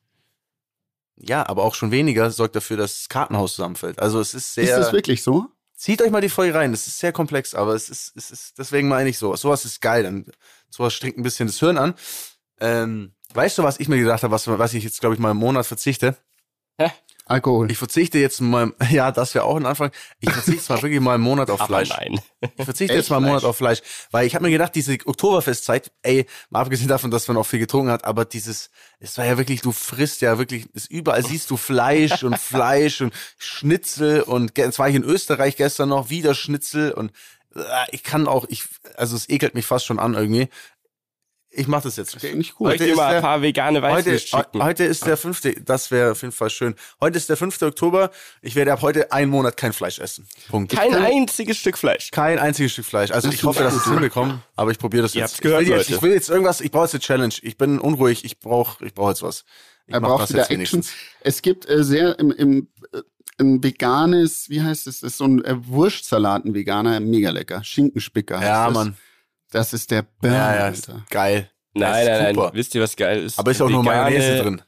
ja, aber auch schon weniger sorgt dafür, dass das Kartenhaus zusammenfällt. Also es ist sehr... Ist das wirklich so? Zieht euch mal die Folge rein, das ist sehr komplex, aber es ist, es ist deswegen meine ich so. Sowas ist geil, dann sowas strengt ein bisschen das Hirn an. Ähm, weißt du, was ich mir gedacht habe, was, was ich jetzt, glaube ich, mal im Monat verzichte? Hä? Alkohol. Ich verzichte jetzt mal, ja, das wäre auch ein Anfang. Ich verzichte mal wirklich mal einen Monat auf Aber Fleisch. Nein. Ich verzichte jetzt mal einen Monat auf Fleisch, weil ich habe mir gedacht, diese Oktoberfestzeit, ey, mal abgesehen davon, dass man auch viel getrunken hat, aber dieses, es war ja wirklich, du frisst ja wirklich, es überall siehst du Fleisch und Fleisch und Schnitzel und jetzt war ich in Österreich gestern noch, wieder Schnitzel und äh, ich kann auch, ich, also es ekelt mich fast schon an irgendwie. Ich mach das jetzt. Okay, nicht gut. Heute ist mal ein paar vegane Weißwürste heute, heute ist der fünfte, das wäre auf jeden Fall schön. Heute ist der fünfte Oktober. Ich werde ab heute einen Monat kein Fleisch essen. Punkt. Kein einziges Stück Fleisch. Kein einziges Stück Fleisch. Also ich hoffe, dass ich es hinbekomme, aber ich probiere das Ihr jetzt. habt's gehört, ich, will jetzt Leute. ich will jetzt irgendwas, ich brauche jetzt eine Challenge. Ich bin unruhig, ich brauche ich brauche jetzt was. Ich er braucht wieder Action. Es gibt äh, sehr im, im äh, ein veganes, wie heißt es, das ist so ein äh, Wurstsalat, ein veganer, mega lecker. Schinkenspicker heißt Ja, das. Mann. Das ist der Burn, Ja, ja, Alter. geil. Nein, nein, super. nein. Wisst ihr, was geil ist? Aber ist auch nur Vegane, Mayonnaise drin.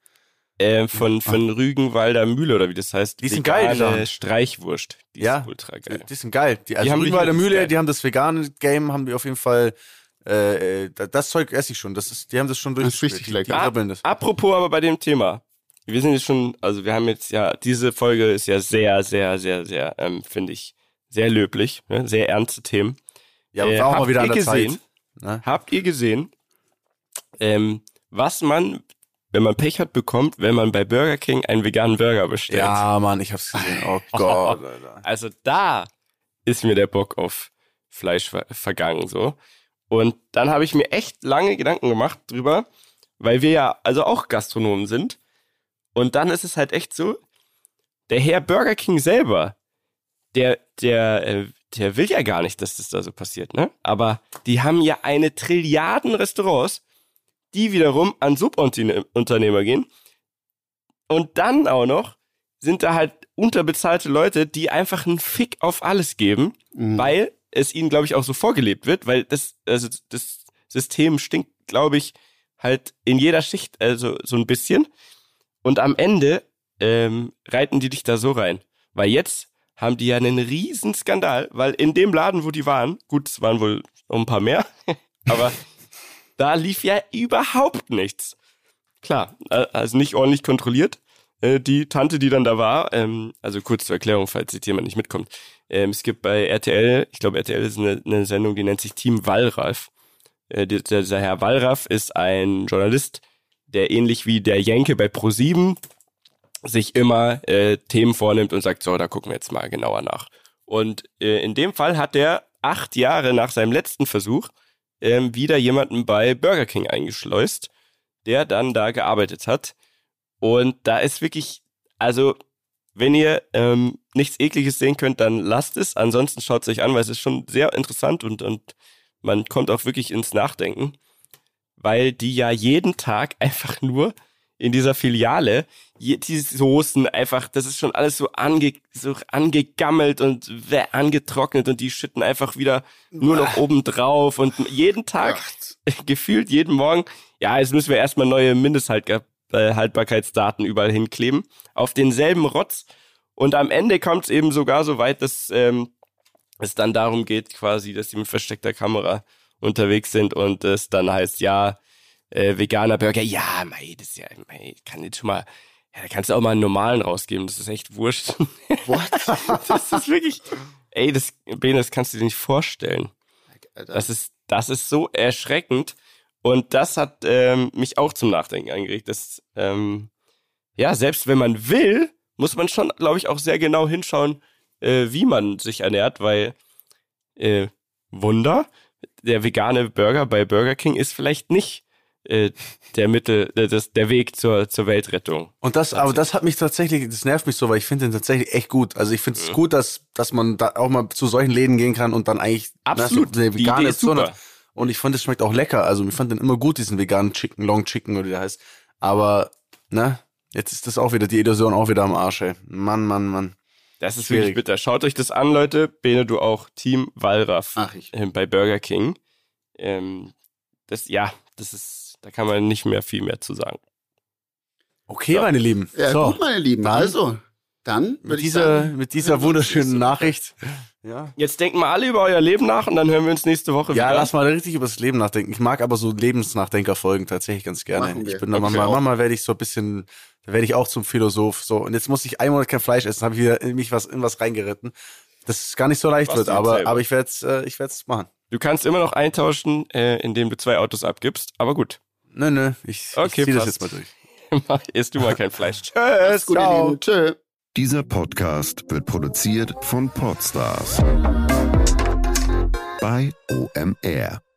Äh, von, von Rügenwalder Mühle, oder wie das heißt. Die sind geil, die Sachen. Streichwurst. Die Ja, ist ultra geil. Die, die sind geil. Die, also Die haben Rügenwalder richtig- Mühle, geil. die haben das vegane Game, haben die auf jeden Fall, äh, äh, das Zeug esse ich schon. Das ist, die haben das schon Das ist durchgespielt. richtig Die- lecker. Die dribbeln das. Apropos aber bei dem Thema. Wir sind jetzt schon, also wir haben jetzt ja, diese Folge ist ja sehr, sehr, sehr, sehr, ähm, finde ich, sehr löblich, ne? Sehr ernste Themen. Ja, aber Äh, war auch mal habt wieder an ihr der gesehen, Zeit. Ne? Habt ihr gesehen, ähm, was man wenn man Pech hat, bekommt, wenn man bei Burger King einen veganen Burger bestellt. Ja, Mann, ich hab's gesehen. Oh Gott, Alter. Also da ist mir der Bock auf Fleisch ver- vergangen, so. Und dann habe ich mir echt lange Gedanken gemacht drüber, weil wir ja also auch Gastronomen sind. Und dann ist es halt echt so, der Herr Burger King selber, der, der, äh, der will ja gar nicht, dass das da so passiert, ne? Aber die haben ja eine Trilliarden Restaurants, die wiederum an Subunternehmer gehen. Und dann auch noch sind da halt unterbezahlte Leute, die einfach einen Fick auf alles geben, mhm. weil es ihnen, glaube ich, auch so vorgelebt wird, weil das, also das System stinkt, glaube ich, halt in jeder Schicht, also so ein bisschen. Und am Ende ähm, reiten die dich da so rein. Weil jetzt haben die ja einen riesen Skandal, weil in dem Laden, wo die waren, gut, es waren wohl noch ein paar mehr, aber da lief ja überhaupt nichts. Klar, also nicht ordentlich kontrolliert. Die Tante, die dann da war, ähm, also kurz zur Erklärung, falls jetzt jemand nicht mitkommt. Ähm, es gibt bei R T L, ich glaube R T L ist eine, eine Sendung, die nennt sich Team Wallraff. Äh, dieser, dieser Herr Wallraff ist ein Journalist, der ähnlich wie der Jenke bei ProSieben sich immer äh, Themen vornimmt und sagt, so, da gucken wir jetzt mal genauer nach. Und äh, in dem Fall hat er acht Jahre nach seinem letzten Versuch ähm, wieder jemanden bei Burger King eingeschleust, der dann da gearbeitet hat. Und da ist wirklich, also wenn ihr ähm, nichts Ekliges sehen könnt, dann lasst es. Ansonsten schaut es euch an, weil es ist schon sehr interessant und, und man kommt auch wirklich ins Nachdenken, weil die ja jeden Tag einfach nur in dieser Filiale die Soßen einfach, das ist schon alles so, ange, so angegammelt und angetrocknet und die schütten einfach wieder nur noch oben drauf und jeden Tag, gefühlt jeden Morgen, ja, jetzt müssen wir erstmal neue Mindesthaltbarkeitsdaten überall hinkleben, auf denselben Rotz und am Ende kommt es eben sogar so weit, dass ähm, es dann darum geht quasi, dass die mit versteckter Kamera unterwegs sind und es dann heißt, ja, äh, veganer Burger, ja, mei, das ist ja, mei, kann jetzt schon mal, ja, da kannst du auch mal einen normalen rausgeben, das ist echt wurscht. What? Das ist wirklich, ey, das, Ben, das kannst du dir nicht vorstellen. Das ist, das ist so erschreckend und das hat ähm, mich auch zum Nachdenken angeregt, dass, ähm, ja, selbst wenn man will, muss man schon, glaube ich, auch sehr genau hinschauen, äh, wie man sich ernährt, weil, äh, Wunder, der vegane Burger bei Burger King ist vielleicht nicht äh, der Mittel, äh, das, der Weg zur, zur Weltrettung. Und das, aber das hat mich tatsächlich, das nervt mich so, weil ich finde den tatsächlich echt gut. Also ich finde es mhm. gut, dass, dass man da auch mal zu solchen Läden gehen kann und dann eigentlich absolut eine vegane Zone. Und ich fand, es schmeckt auch lecker. Also ich fand den immer gut, diesen veganen Chicken, Long Chicken oder wie der heißt. Aber, ne, jetzt ist das auch wieder, die Illusion auch wieder am Arsch, ey. Mann, Mann, Mann. Das ist schwierig. Wirklich bitter. Schaut euch das an, Leute. Bene, du auch. Team Wallraff. Ach, ich. Äh, bei Burger King. Ähm, das, ja, das ist, da kann man nicht mehr viel mehr zu sagen. Okay, so. meine Lieben. Ja, so. gut, meine Lieben. Dann, also, dann mit dieser, sagen, mit dieser wunderschönen Nachricht. Ja. Jetzt denken wir alle über euer Leben nach und dann hören wir uns nächste Woche ja, wieder. Ja, lass mal richtig über das Leben nachdenken. Ich mag aber so Lebensnachdenkerfolgen tatsächlich ganz gerne. Ich bin da okay. manchmal, manchmal werde ich so ein bisschen, da werde ich auch zum Philosoph. So, und jetzt muss ich einen Monat kein Fleisch essen, habe ich wieder in mich was, in was reingeritten. Das ist gar nicht so leicht was wird, aber, aber ich werde es äh, ich werde es machen. Du kannst immer noch eintauschen, äh, indem du zwei Autos abgibst, aber gut. Nö, nö, ich, okay, ich zieh das jetzt mal durch. Isst du mal kein Fleisch. Tschüss, gut, ciao. Tschö. Dieser Podcast wird produziert von Podstars bei O M R.